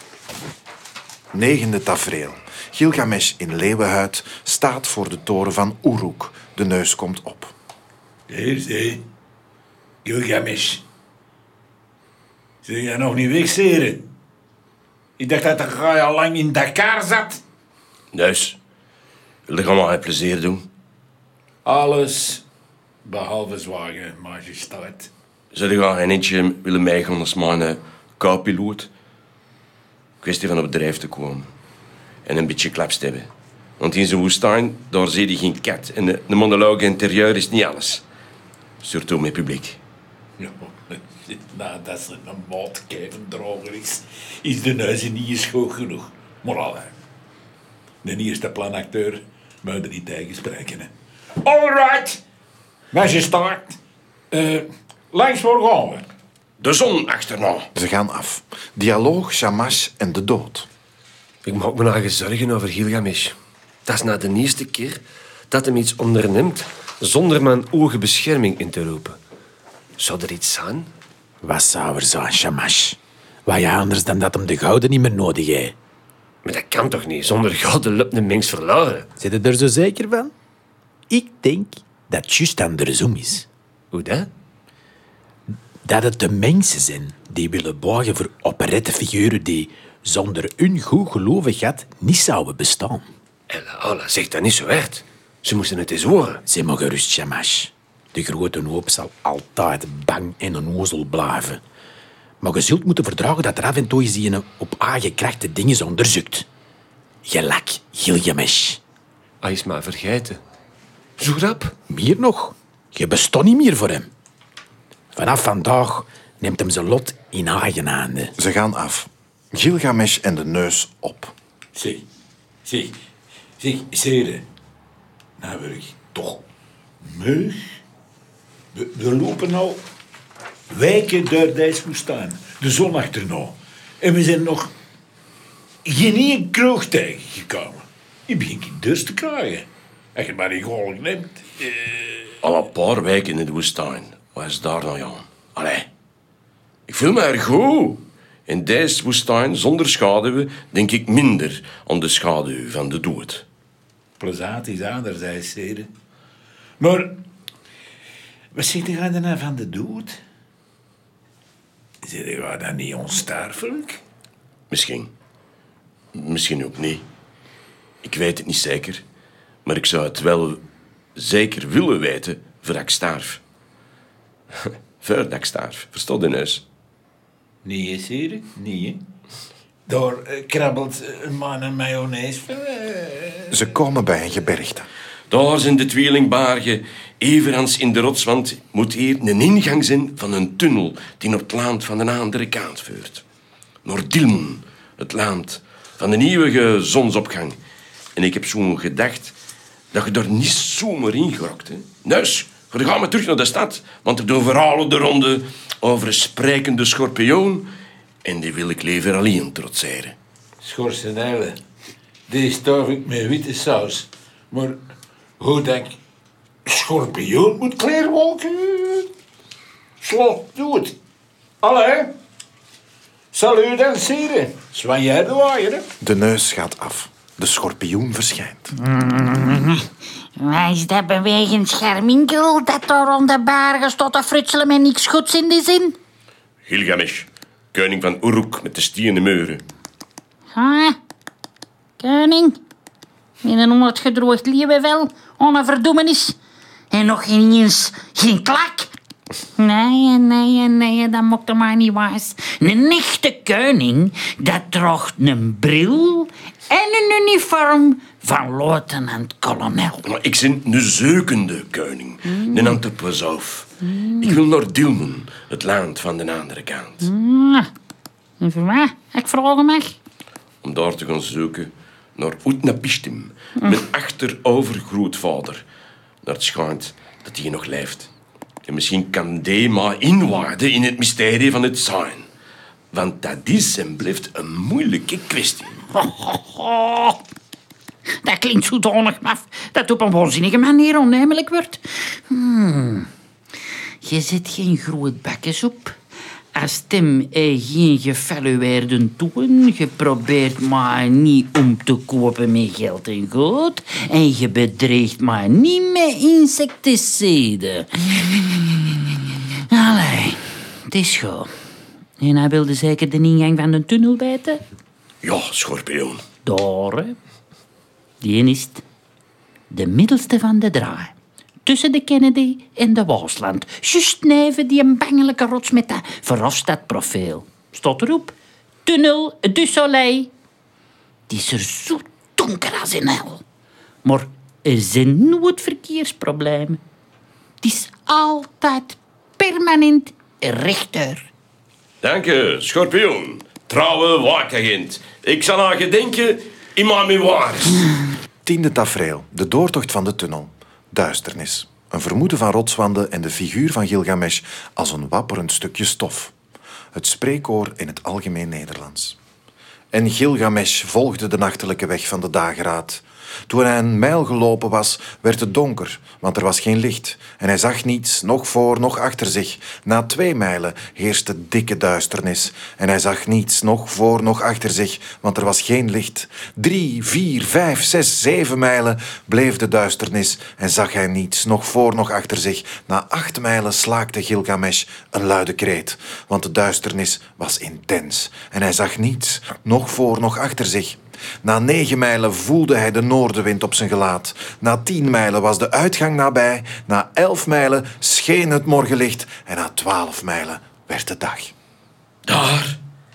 Negende tafereel. Gilgamesh in leeuwenhuid staat voor de toren van Uruk. De neus komt op. Hier, zie. Gilgamesh. Zul je nog niet wegzeren? Ik dacht dat de gaai al lang in Dakar zat. Neus, wil je allemaal een plezier doen? Alles behalve zwagen, majesteit. Zou je graag een eentje willen meegaan als mijn co-piloot? Kwestie van op drijf te komen. En een beetje klaps te hebben. Want in zo'n woestijn, daar zie je geen kat. En de, de monoloog interieur is niet alles. Surtout met publiek. Ja, nadat ze een maatkeivendroger is, is de neus niet eens goed genoeg. Maar alle. De eerste planacteur moet er niet tegen spreken. Hè. All right, majesteit. Uh, langs waar gaan we? De zon achterna. Ze gaan af. Dialoog, Shamash en de dood. Ik maak me nou zorgen over Gilgamesh. Dat is nou de eerste keer dat hem iets onderneemt zonder mijn ogen bescherming in te roepen. Zou er iets zijn? Wat zou er zijn, Shamash? Wat je anders dan dat hem de gouden niet meer nodig heeft? Maar dat kan toch niet? Zonder gouden loopt een mens verloren. Zit je er zo zeker van? Ik denk dat het juist andersom is. Hoe dat? Dat het de mensen zijn die willen buigen voor operettefiguren die zonder hun goed gelovigheid niet zouden bestaan. Ella, Ola, zeg dat niet zo hard. Ze moesten het eens horen. Zeg maar gerust, Shamash. De grote hoop zal altijd bang en onnozel blijven. Maar je zult moeten verdragen dat er af en toe eens die op eigen kracht de dingen onderzoekt. Gelijk Gilgamesh. Hij is maar vergeten. Zo rap? Meer nog. Je bestond niet meer voor hem. Vanaf vandaag neemt hem zijn lot in eigen handen. Ze gaan af. Gilgamesh en de neus op. Zeg, zeg, zeg, zeren. Nou word ik toch meug. We, we lopen al wijken door deze woestijn. De zon achterna. En we zijn nog geen één kroeg tegengekomen. Je begint in dorst te krijgen. Als je maar niet gewoon neemt. Uh... Al een paar weken in de woestijn. Wat is daar nou aan? Allee. Ik voel me er goed. In deze woestijn, zonder schaduwen, denk ik minder aan de schaduw van de dood. Plezant is anders, zei Sede. Maar, wat zegt je dan nou van de dood? Zeg je dan niet onsterfelijk? Misschien. Misschien ook niet. Ik weet het niet zeker. Maar ik zou het wel zeker willen weten voordat ik sterf. Voordat ik sterf. Versta de neus? Nee, hè, Sede? Nee, hè? Daar uh, krabbelt een man een mayonaise van... Uh... Ze komen bij een gebergte. Daar zijn de tweelingbergen. Evenals in de rotswand moet hier een ingang zijn van een tunnel die op het land van de andere kant voert. Naar Dilmun, het land van de eeuwige zonsopgang. En ik heb zo'n gedacht dat je daar niet zomaar in geraakt. Hè. Dus, we gaan maar terug naar de stad, want er doen verhalen de ronde over een sprekende schorpioen En die wil ik liever alleen trotseren. Schorsenijlen. Die stoof ik met witte saus. Maar hoe dat ik schorpioen moet kleerwolken? Slot, doe het. Allee. Zal u dan sieren? Zwan jij de waaier? De neus gaat af. De schorpioen verschijnt. Is dat bewegend scherminkel dat daar rond de bergen staat te frutselen met niks goeds in die zin? Gilgamesh, koning van Uruk met de stenen muren. Ah, koning. Met een onuitgedroogd leeuwenvel, onverdoemenis. En nog geen eens geen klak. Nee, nee, nee, dat mocht er maar niet wijs. Een echte koning, dat draagt een bril en een uniform van luitenant-kolonel. Maar ik ben een zeukende koning, mm. een antroposoof. Mm. Ik wil naar Dilmun, het land van de andere kant. Mm. En voor mij? Ik vraag me. Om daar te gaan zoeken naar Utnapishtim, mm. mijn achterovergrootvader. Naar het schijnt dat hij nog leeft. En misschien kan die maar inwaarden in het mysterie van het zijn. Want dat is en blijft een moeilijke kwestie. Dat klinkt zodanig maf dat het op een waanzinnige manier onnemelijk wordt. Hmm. Je zet geen groot bakjes op. Als Tim er geen gevalueerden doen, je probeert maar niet om te kopen met geld en goed en je bedreigt maar niet met insecticiden. Allee, het is goed. En hij wilde zeker de ingang van de tunnel weten? Ja, schorpioen. Daar, hè. Die is het. De middelste van de draai. Tussen de Kennedy en de Waasland. Juist neven die een bangelijke rots met dat Verhofstadt-profiel. Staat erop. Tunnel du Soleil. Die is er zo donker als in hel. Maar er zijn nooit verkeersproblemen. Het is altijd permanent rechtuur. Dank je, schorpioen. Trouwe waakagent. Ik zal aan je denken in mijn memoires. Tiende tafereel. De doortocht van de tunnel. Duisternis. Een vermoeden van rotswanden en de figuur van Gilgamesh als een wapperend stukje stof. Het spreekkoor in het algemeen Nederlands. En Gilgamesh volgde de nachtelijke weg van de dageraad. Toen hij een mijl gelopen was, werd het donker, want er was geen licht. En hij zag niets, nog voor, nog achter zich. Na twee mijlen heerste dikke duisternis. En hij zag niets, nog voor, nog achter zich, want er was geen licht. Drie, vier, vijf, zes, zeven mijlen bleef de duisternis. En zag hij niets, nog voor, nog achter zich. Na acht mijlen slaakte Gilgamesh een luide kreet. Want de duisternis was intens. En hij zag niets, nog voor, nog achter zich. Na negen mijlen voelde hij de noordenwind op zijn gelaat. Na tien mijlen was de uitgang nabij. Na elf mijlen scheen het morgenlicht. En na twaalf mijlen werd het dag. Daar.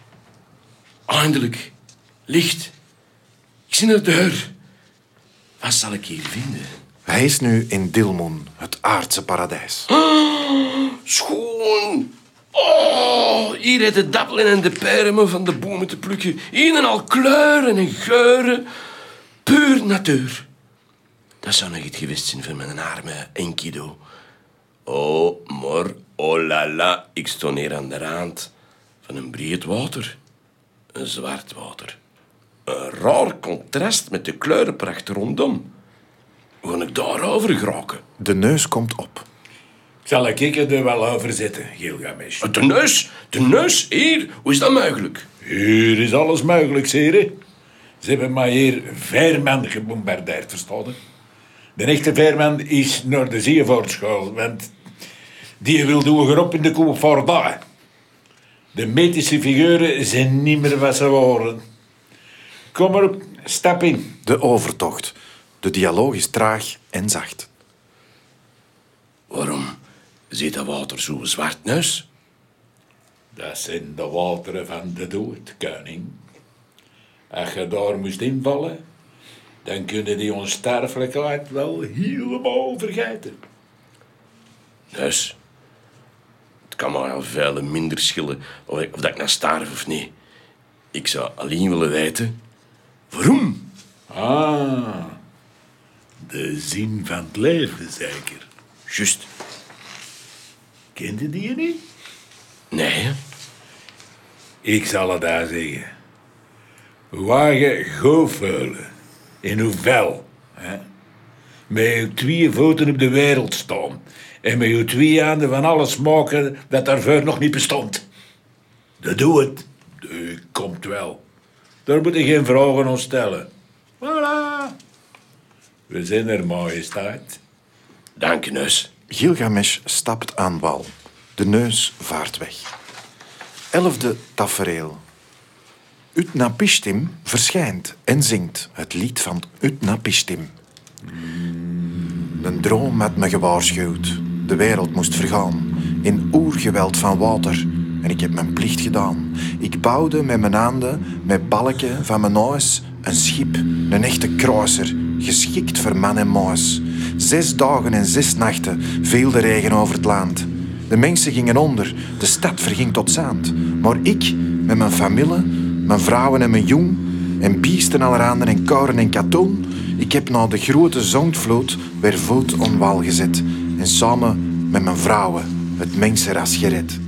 Eindelijk. Licht. Ik zie de deur. Wat zal ik hier vinden? Hij is nu in Dilmun, het aardse paradijs. Oh, schoon. Oh, hier het de dappelen en de peren van de bomen te plukken. Hier en al kleuren en geuren. Puur natuur. Dat zou nog iets geweest zijn voor mijn arme Enkidu. Oh, maar oh la la, ik stond hier aan de rand van een breed water. Een zwart water. Een raar contrast met de kleurenpracht rondom. Hoe ga ik daarover geraken? De neus komt op. Zal ik er wel over zitten, Gilgamesh? De neus? De neus? Hier? Hoe is dat mogelijk? Hier is alles mogelijk, heren. Ze hebben maar hier Veerman gebombardeerd, verstaan. De echte Veerman is naar de Zeevoortschool, want die wil doen op in de koe voor daar. De mythische figuren zijn niet meer wat ze waren. Kom maar op, stap in. De overtocht. De dialoog is traag en zacht. Waarom zit dat water zo zwart, neus? Dat zijn de wateren van de dood, koning. Als je daar moest invallen, dan kunnen die onsterfelijkheid wel helemaal vergeten. Neus, het kan maar al veel minder schillen of, ik, of dat ik nou sterf of niet. Ik zou alleen willen weten, waarom? Ah, de zin van het leven, zeker. Juist. Kende die je niet? Nee. Ik zal het daar zeggen. Wagen goofhuilen. In uw vel. Hè? Met uw twee voeten op de wereld staan. En met uw twee handen van alles maken dat daarvoor nog niet bestond. Dat doe het. Dat komt wel. Daar moet je geen vragen aan stellen. Voilà. We zijn er, majesteit. Dank je, neus. Gilgamesh stapt aan wal. De neus vaart weg. Elfde tafereel. Utnapishtim verschijnt en zingt het lied van Utnapishtim. Een droom had me gewaarschuwd. De wereld moest vergaan. In oergeweld van water. En ik heb mijn plicht gedaan. Ik bouwde met mijn handen, met balken van mijn huis, een schip. Een echte kruiser. Geschikt voor man en muis. Zes dagen en zes nachten viel de regen over het land. De mensen gingen onder. De stad verging tot zand. Maar ik, met mijn familie, mijn vrouwen en mijn jong, en biesten allerhande en koren en katoen, ik heb na de grote zondvloed weer voet aan wal gezet. En samen met mijn vrouwen het mensenras gered.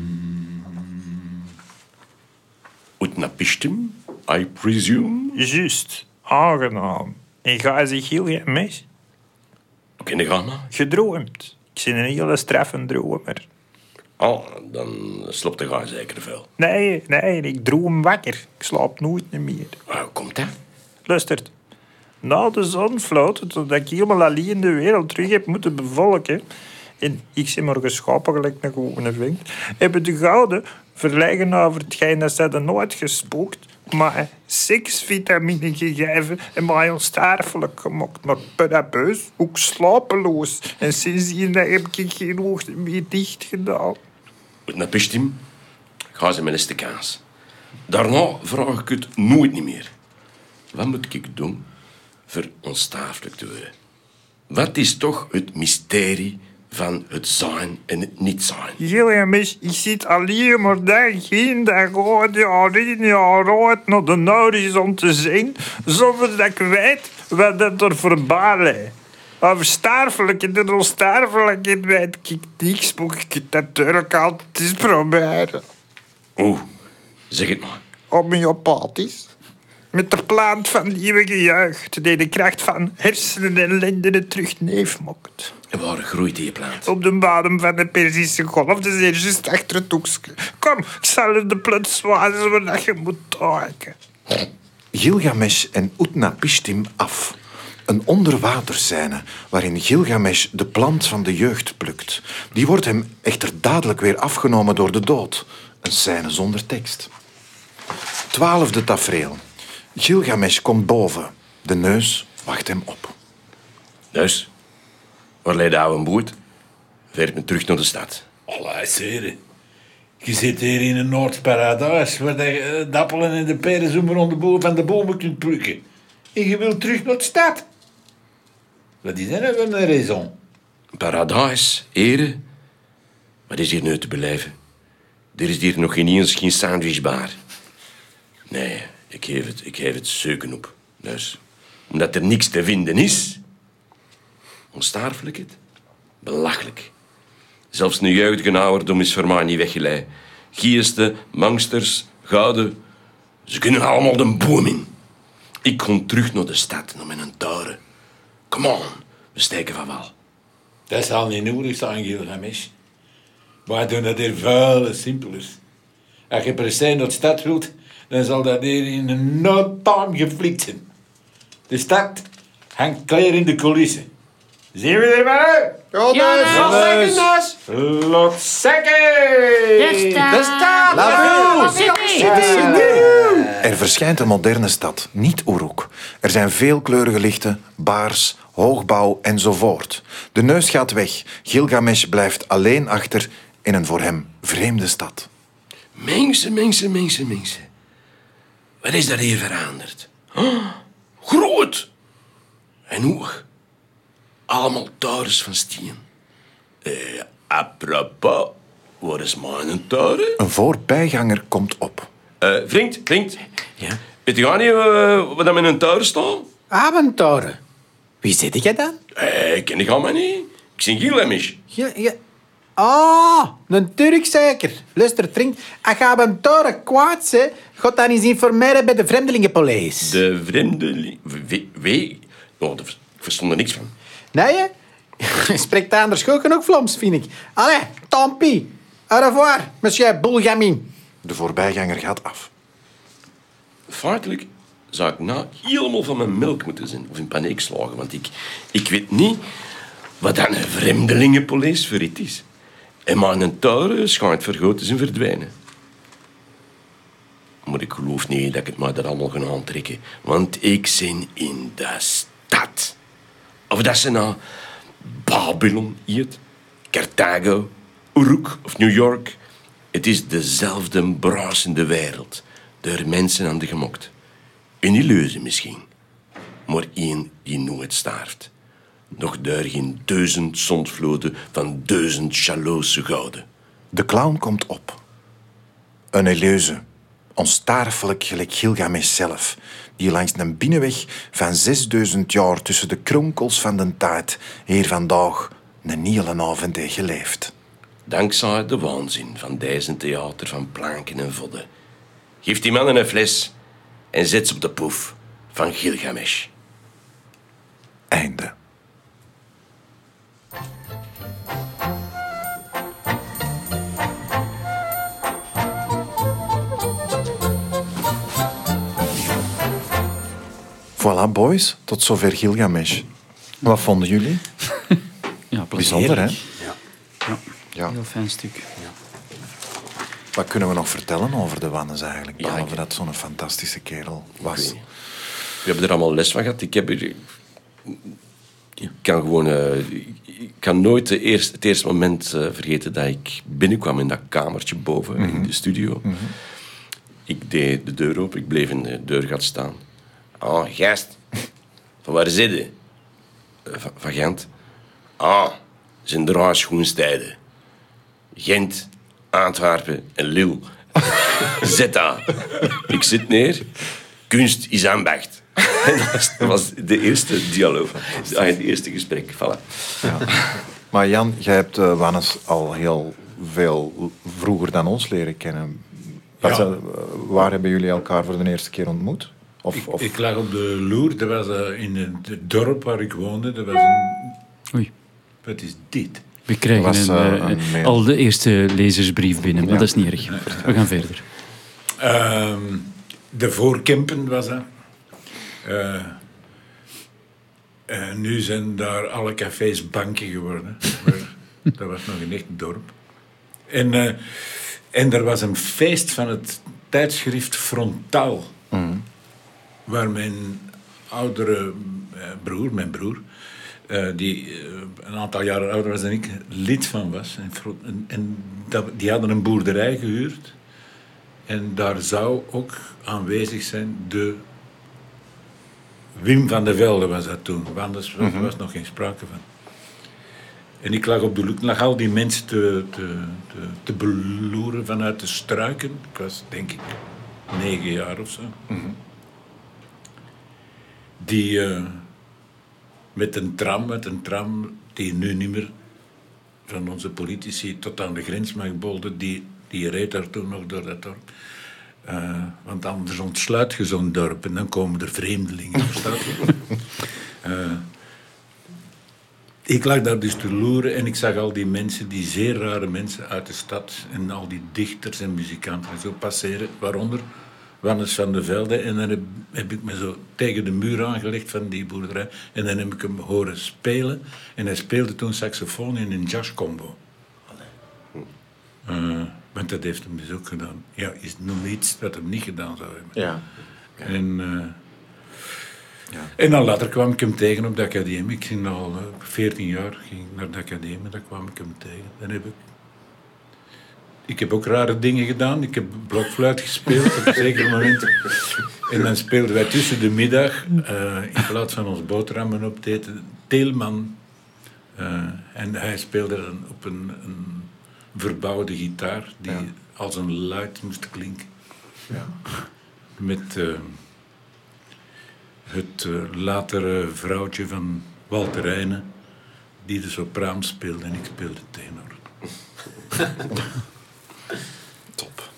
Utnapishtim, I presume? Juist, aangenaam. En ga je zich heel erg mis? Oké, dan gaan we. Gedroomd. Ik ben een hele straffe dromer. Oh, dan slaapt de ga zeker veel. Nee, nee, ik droom wakker. Ik slaap nooit meer. Hoe komt dat? Luistert. Na de zonvloed, dat ik helemaal alleen de wereld terug heb moeten bevolken, en ik ben maar geschapen gelijk een gewone vink, hebben de gouden verleggen over hetgeen dat ze hadden nooit gespookt, maar seks vitamine gegeven en mij onsterfelijk gemaakt. Maar parabeus, ook slapeloos. En sindsdien heb ik geen ogen meer dicht gedaan. Utnapishtim, ga ze met eens de kaas. Daarna vraag ik het nooit niet meer. Wat moet ik doen voor onsterfelijk te worden? Wat is toch het mysterie van het zijn en het niet zijn? Gilgamesh, ik zit alleen maar dag in dag uit, jaar in jaar uit naar de horizon te zien, zonder dat ik weet wat dat er voorbij ligt. Over sterfelijkheid en onsterfelijkheid weet ik niks, maar ik heb het natuurlijk altijd eens proberen. Oeh, zeg het maar. Homeopathisch. Met de plant van de eeuwige jeugd, die de kracht van hersenen en lendenen terug neef maakt. En waar groeit die plant? Op de bodem van de Perzische golf, dus hier juist achter het hoekje. Kom, ik zal je de plant wijzen waar je moet duiken. Gilgamesh en Utnapishtim af. Een onderwaterscène waarin Gilgamesh de plant van de jeugd plukt. Die wordt hem echter dadelijk weer afgenomen door de dood. Een scène zonder tekst. Twaalfde tafereel. Gilgamesh komt boven. De neus wacht hem op. Neus, waar leidt de oude boet? Veert me terug naar de stad. Allah, zeer. Je zit hier in een Noordparadijs waar je de appelen en de peren zomaar onder de boom van de bomen kunt plukken. En je wilt terug naar de stad. Wat is dat nou voor een raison? Paradijs, ere. Wat is hier nu te beleven? Er is hier nog geen eens geen sandwichbar. Nee, ik geef het, ik geef het zeuken op. Dus, omdat er niks te vinden is. Onsterfelijkheid? Belachelijk. Zelfs een jeugdige ouderdom is voor mij niet weggeleid. Geesten, mangsters, gouden. Ze kunnen allemaal de boom in. Ik kom terug naar de stad, naar mijn toren. Come on, we steken van wal. Dat zal niet nodig zijn, Gilgamesh. Wij doen dat hier vuil en simpel is. Als je per se naar de stad wilt, dan zal dat hier in een no time geflikt zijn. De stad hangt klaar in de coulissen. Zien we er maar uit? Ja, dus. Lot zekken! De stad! Er verschijnt een moderne stad, niet Uruk. Er zijn veelkleurige lichten, baars, hoogbouw enzovoort. De neus gaat weg. Gilgamesh blijft alleen achter in een voor hem vreemde stad. Mensen, mensen, mensen, mensen. Wat is er hier veranderd? Oh, groot en hoog. Allemaal torens van steen. Eh, apropos, wat is mijn toren? Een voorbijganger komt op. Uh, vriend, vriend. Ja? Weet je niet uh, wat er met een toren staat? Avontoren. Wie zit jij dan? Eh, ken ik allemaal niet. Ik ben Gilgamesh. Ja, ja. Ah, een Turk zeker. Luister, Trink. Als je op een toren kwaad zit, gaat dan eens informeren bij de vreemdelingenpolice. De vreemdeling... Wee... wee. Oh, ik verstond er niks van. Nee, hè? Je spreekt anders goed genoeg Vlaams, vind ik. Allee, tant pis. Au revoir, monsieur Boulgamin. De voorbijganger gaat af. Feitelijk zou ik nou helemaal van mijn melk moeten zijn. Of in paniek slagen. Want ik, ik weet niet wat dan een vreemdelingenpolice voor iets is. En maar een toren schijnt vergroot is en verdwijnen. Maar ik geloof niet dat ik het maar daar allemaal ga aantrekken. Want ik ben in de stad. Of dat ze naar Babylon eet, Carthago, Uruk of New York. Het is dezelfde bruisende wereld. Door mensen aan de gemokt. Een illusie misschien. Maar één die nooit sterft. Nog daar geen duizend zondvloeden van duizend jalouse gouden. De clown komt op. Een illusie. Onsterfelijk gelijk Gilgamesh zelf, die langs een binnenweg van zesduizend jaar tussen de kronkels van de tijd hier vandaag een hele avond heeft geleefd. Dankzij de waanzin van deze theater van planken en vodden. Geef die man een fles en zet ze op de poef van Gilgamesh. Einde. Voilà, boys. Tot zover Gilgamesh. Wat vonden jullie? Ja, bijzonder, hè? Ja. Ja. Ja. Heel fijn stuk. Ja. Wat kunnen we nog vertellen over de Wannes eigenlijk? Ja, Behalve ik... dat zo'n fantastische kerel was. We hebben er allemaal les van gehad. Ik heb er... Ik kan gewoon... Uh, ik kan nooit de eerste, het eerste moment uh, vergeten dat ik binnenkwam in dat kamertje boven, mm-hmm. in de studio. Mm-hmm. Ik deed de deur open. Ik bleef in de deurgat staan. Oh, gast. Van waar zit je? Uh, van, van Gent. Ah, zijn draaischoenstijden. Gent, Antwerpen en Lille. Zeta. Ik zit neer. Kunst is ambacht. Dat was, dat was de eerste dialoog. Het eerste gesprek. Voilà. Ja. Maar Jan, jij hebt uh, Wannes al heel veel vroeger dan ons leren kennen. Wat, ja. uh, waar hebben jullie elkaar voor de eerste keer ontmoet? Of, ik, of... ik lag op de loer. Dat was uh, in het dorp waar ik woonde. Dat was een... Oei. Wat is dit? We krijgen was, uh, een, uh, een al de eerste lezersbrief binnen, maar ja. Dat is niet erg. We gaan verder. Uh, de Voorkempen was dat. Uh, uh, nu zijn daar alle cafés banken geworden. Maar dat was nog een echt dorp. En, uh, en er was een feest van het tijdschrift Frontaal. Mm. Waar mijn oudere uh, broer, mijn broer... Uh, die uh, een aantal jaren ouder was dan ik, lid van was. En, en, en dat, die hadden een boerderij gehuurd. En daar zou ook aanwezig zijn de... Wim van de Velde was dat toen. Want er was, mm-hmm. was nog geen sprake van. En ik lag op de loek, lag al die mensen te, te, te, te beloeren vanuit de struiken. Ik was denk ik negen jaar of zo. Mm-hmm. Die... Uh, Met een tram, met een tram die nu niet meer van onze politici tot aan de grens mag bolden, die, die reed daar toen nog door dat dorp. Uh, want anders ontsluit je zo'n dorp en dan komen er vreemdelingen, verstaat je? uh, ik lag daar dus te loeren en ik zag al die mensen, die zeer rare mensen uit de stad en al die dichters en muzikanten en zo passeren, waaronder Wannes van de Velde. En dan heb, heb ik me zo tegen de muur aangelegd van die boerderij. En dan heb ik hem horen spelen. En hij speelde toen saxofoon in een jazzcombo. Uh, want dat heeft hem dus ook gedaan. Ja, is nog iets wat hem niet gedaan zou hebben. Ja. Ja. En, uh, ja. en dan later kwam ik hem tegen op de academie. Ik ging al uh, veertien jaar ging ik naar de academie. Daar kwam ik hem tegen. Dan heb ik... Ik heb ook rare dingen gedaan. Ik heb blokfluit gespeeld op een zeker moment. En dan speelden wij tussen de middag, uh, in plaats van ons boterhammen op te eten, Teelman. Uh, en hij speelde dan op een, een verbouwde gitaar die ja. als een luid moest klinken. Ja. Met uh, het uh, latere vrouwtje van Walter Heijnen, die de sopraan speelde en ik speelde tenor. Top.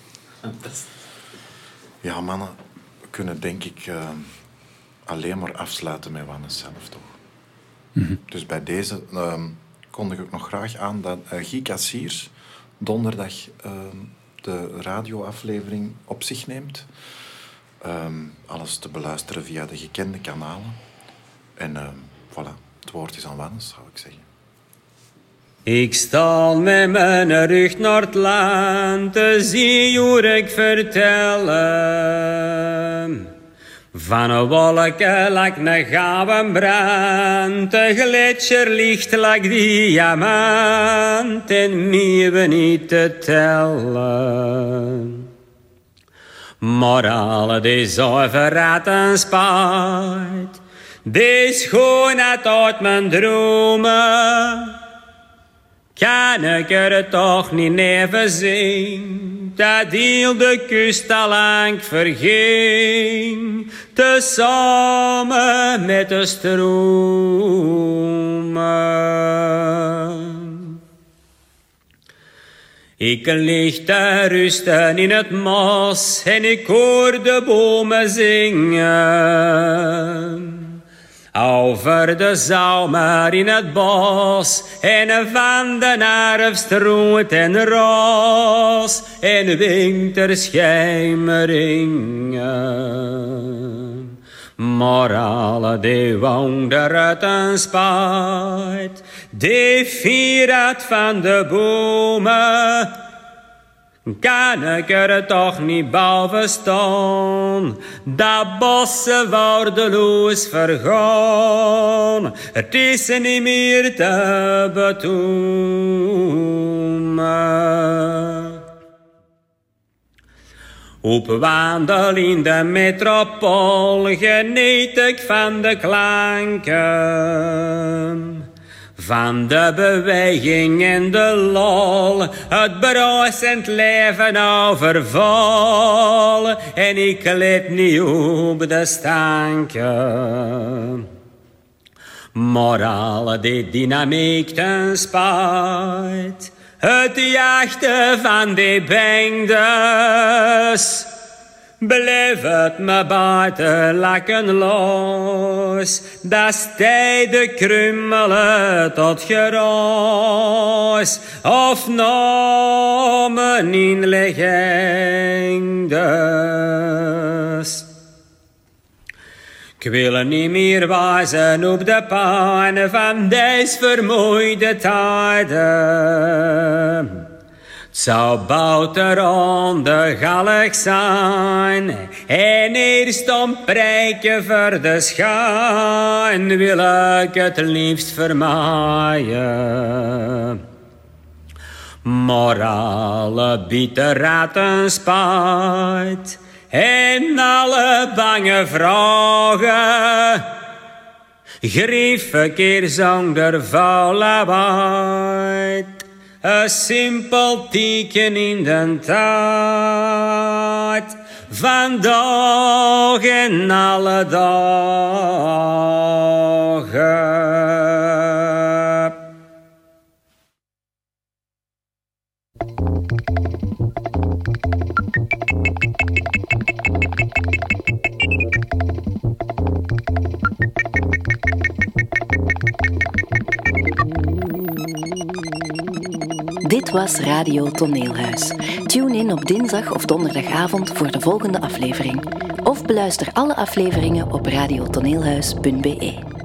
Ja, mannen, we kunnen denk ik uh, alleen maar afsluiten met Wannes zelf, toch? Mm-hmm. Dus bij deze uh, kondig ik nog graag aan dat uh, Guy Cassiers donderdag uh, de radioaflevering op zich neemt. Um, alles te beluisteren via de gekende kanalen. En uh, voilà, het woord is aan Wannes, zou ik zeggen. Ik sta met mijn rug naar het land, te zie hoe ik vertellen. Van een wolken lijkt een gouden brand, de gletsjer ligt lijkt diamant, en meer we niet te tellen. Maar alle die zuiverheid en spijt, die schoonheid uit mijn dromen, kan ik er toch niet neven zien, dat heel de kust al lang verging, tezamen met de stromen. Ik lig te rusten in het mos en ik hoor de bomen zingen. Over de zomer in het bos en van de herfst roet en roos en winterschemeringen. Maar alle die wonderen en spijt, die vieret van de bomen, kan ik er toch niet boven staan, dat bossen waardeloos vergaan, het is niet meer te betomen. Op wandel in de metropool geniet ik van de klanken, van de beweging en de lol, het bruisend leven overvol, en ik let niet op de stanken. Maar alle die dynamiek ten spijt, het jachten van die bendes, bleef het me buiten lakken los, dat stijde krummelen tot geroos, of namen in legendes. Ik wil niet meer wijzen op de pijn van deze vermoeide tijden. Het zou bouter ondegallig zijn, en eerst om preken voor de schijn wil ik het liefst vermaaien. Maar alle bitterheid en spijt en alle bange vragen, grief ik hier zonder vuiligheid. Een simpel teken in de tijd, vandaag en alle dagen. Dit was Radio Toneelhuis. Tune in op dinsdag of donderdagavond voor de volgende aflevering. Of beluister alle afleveringen op radiotoneelhuis punt be.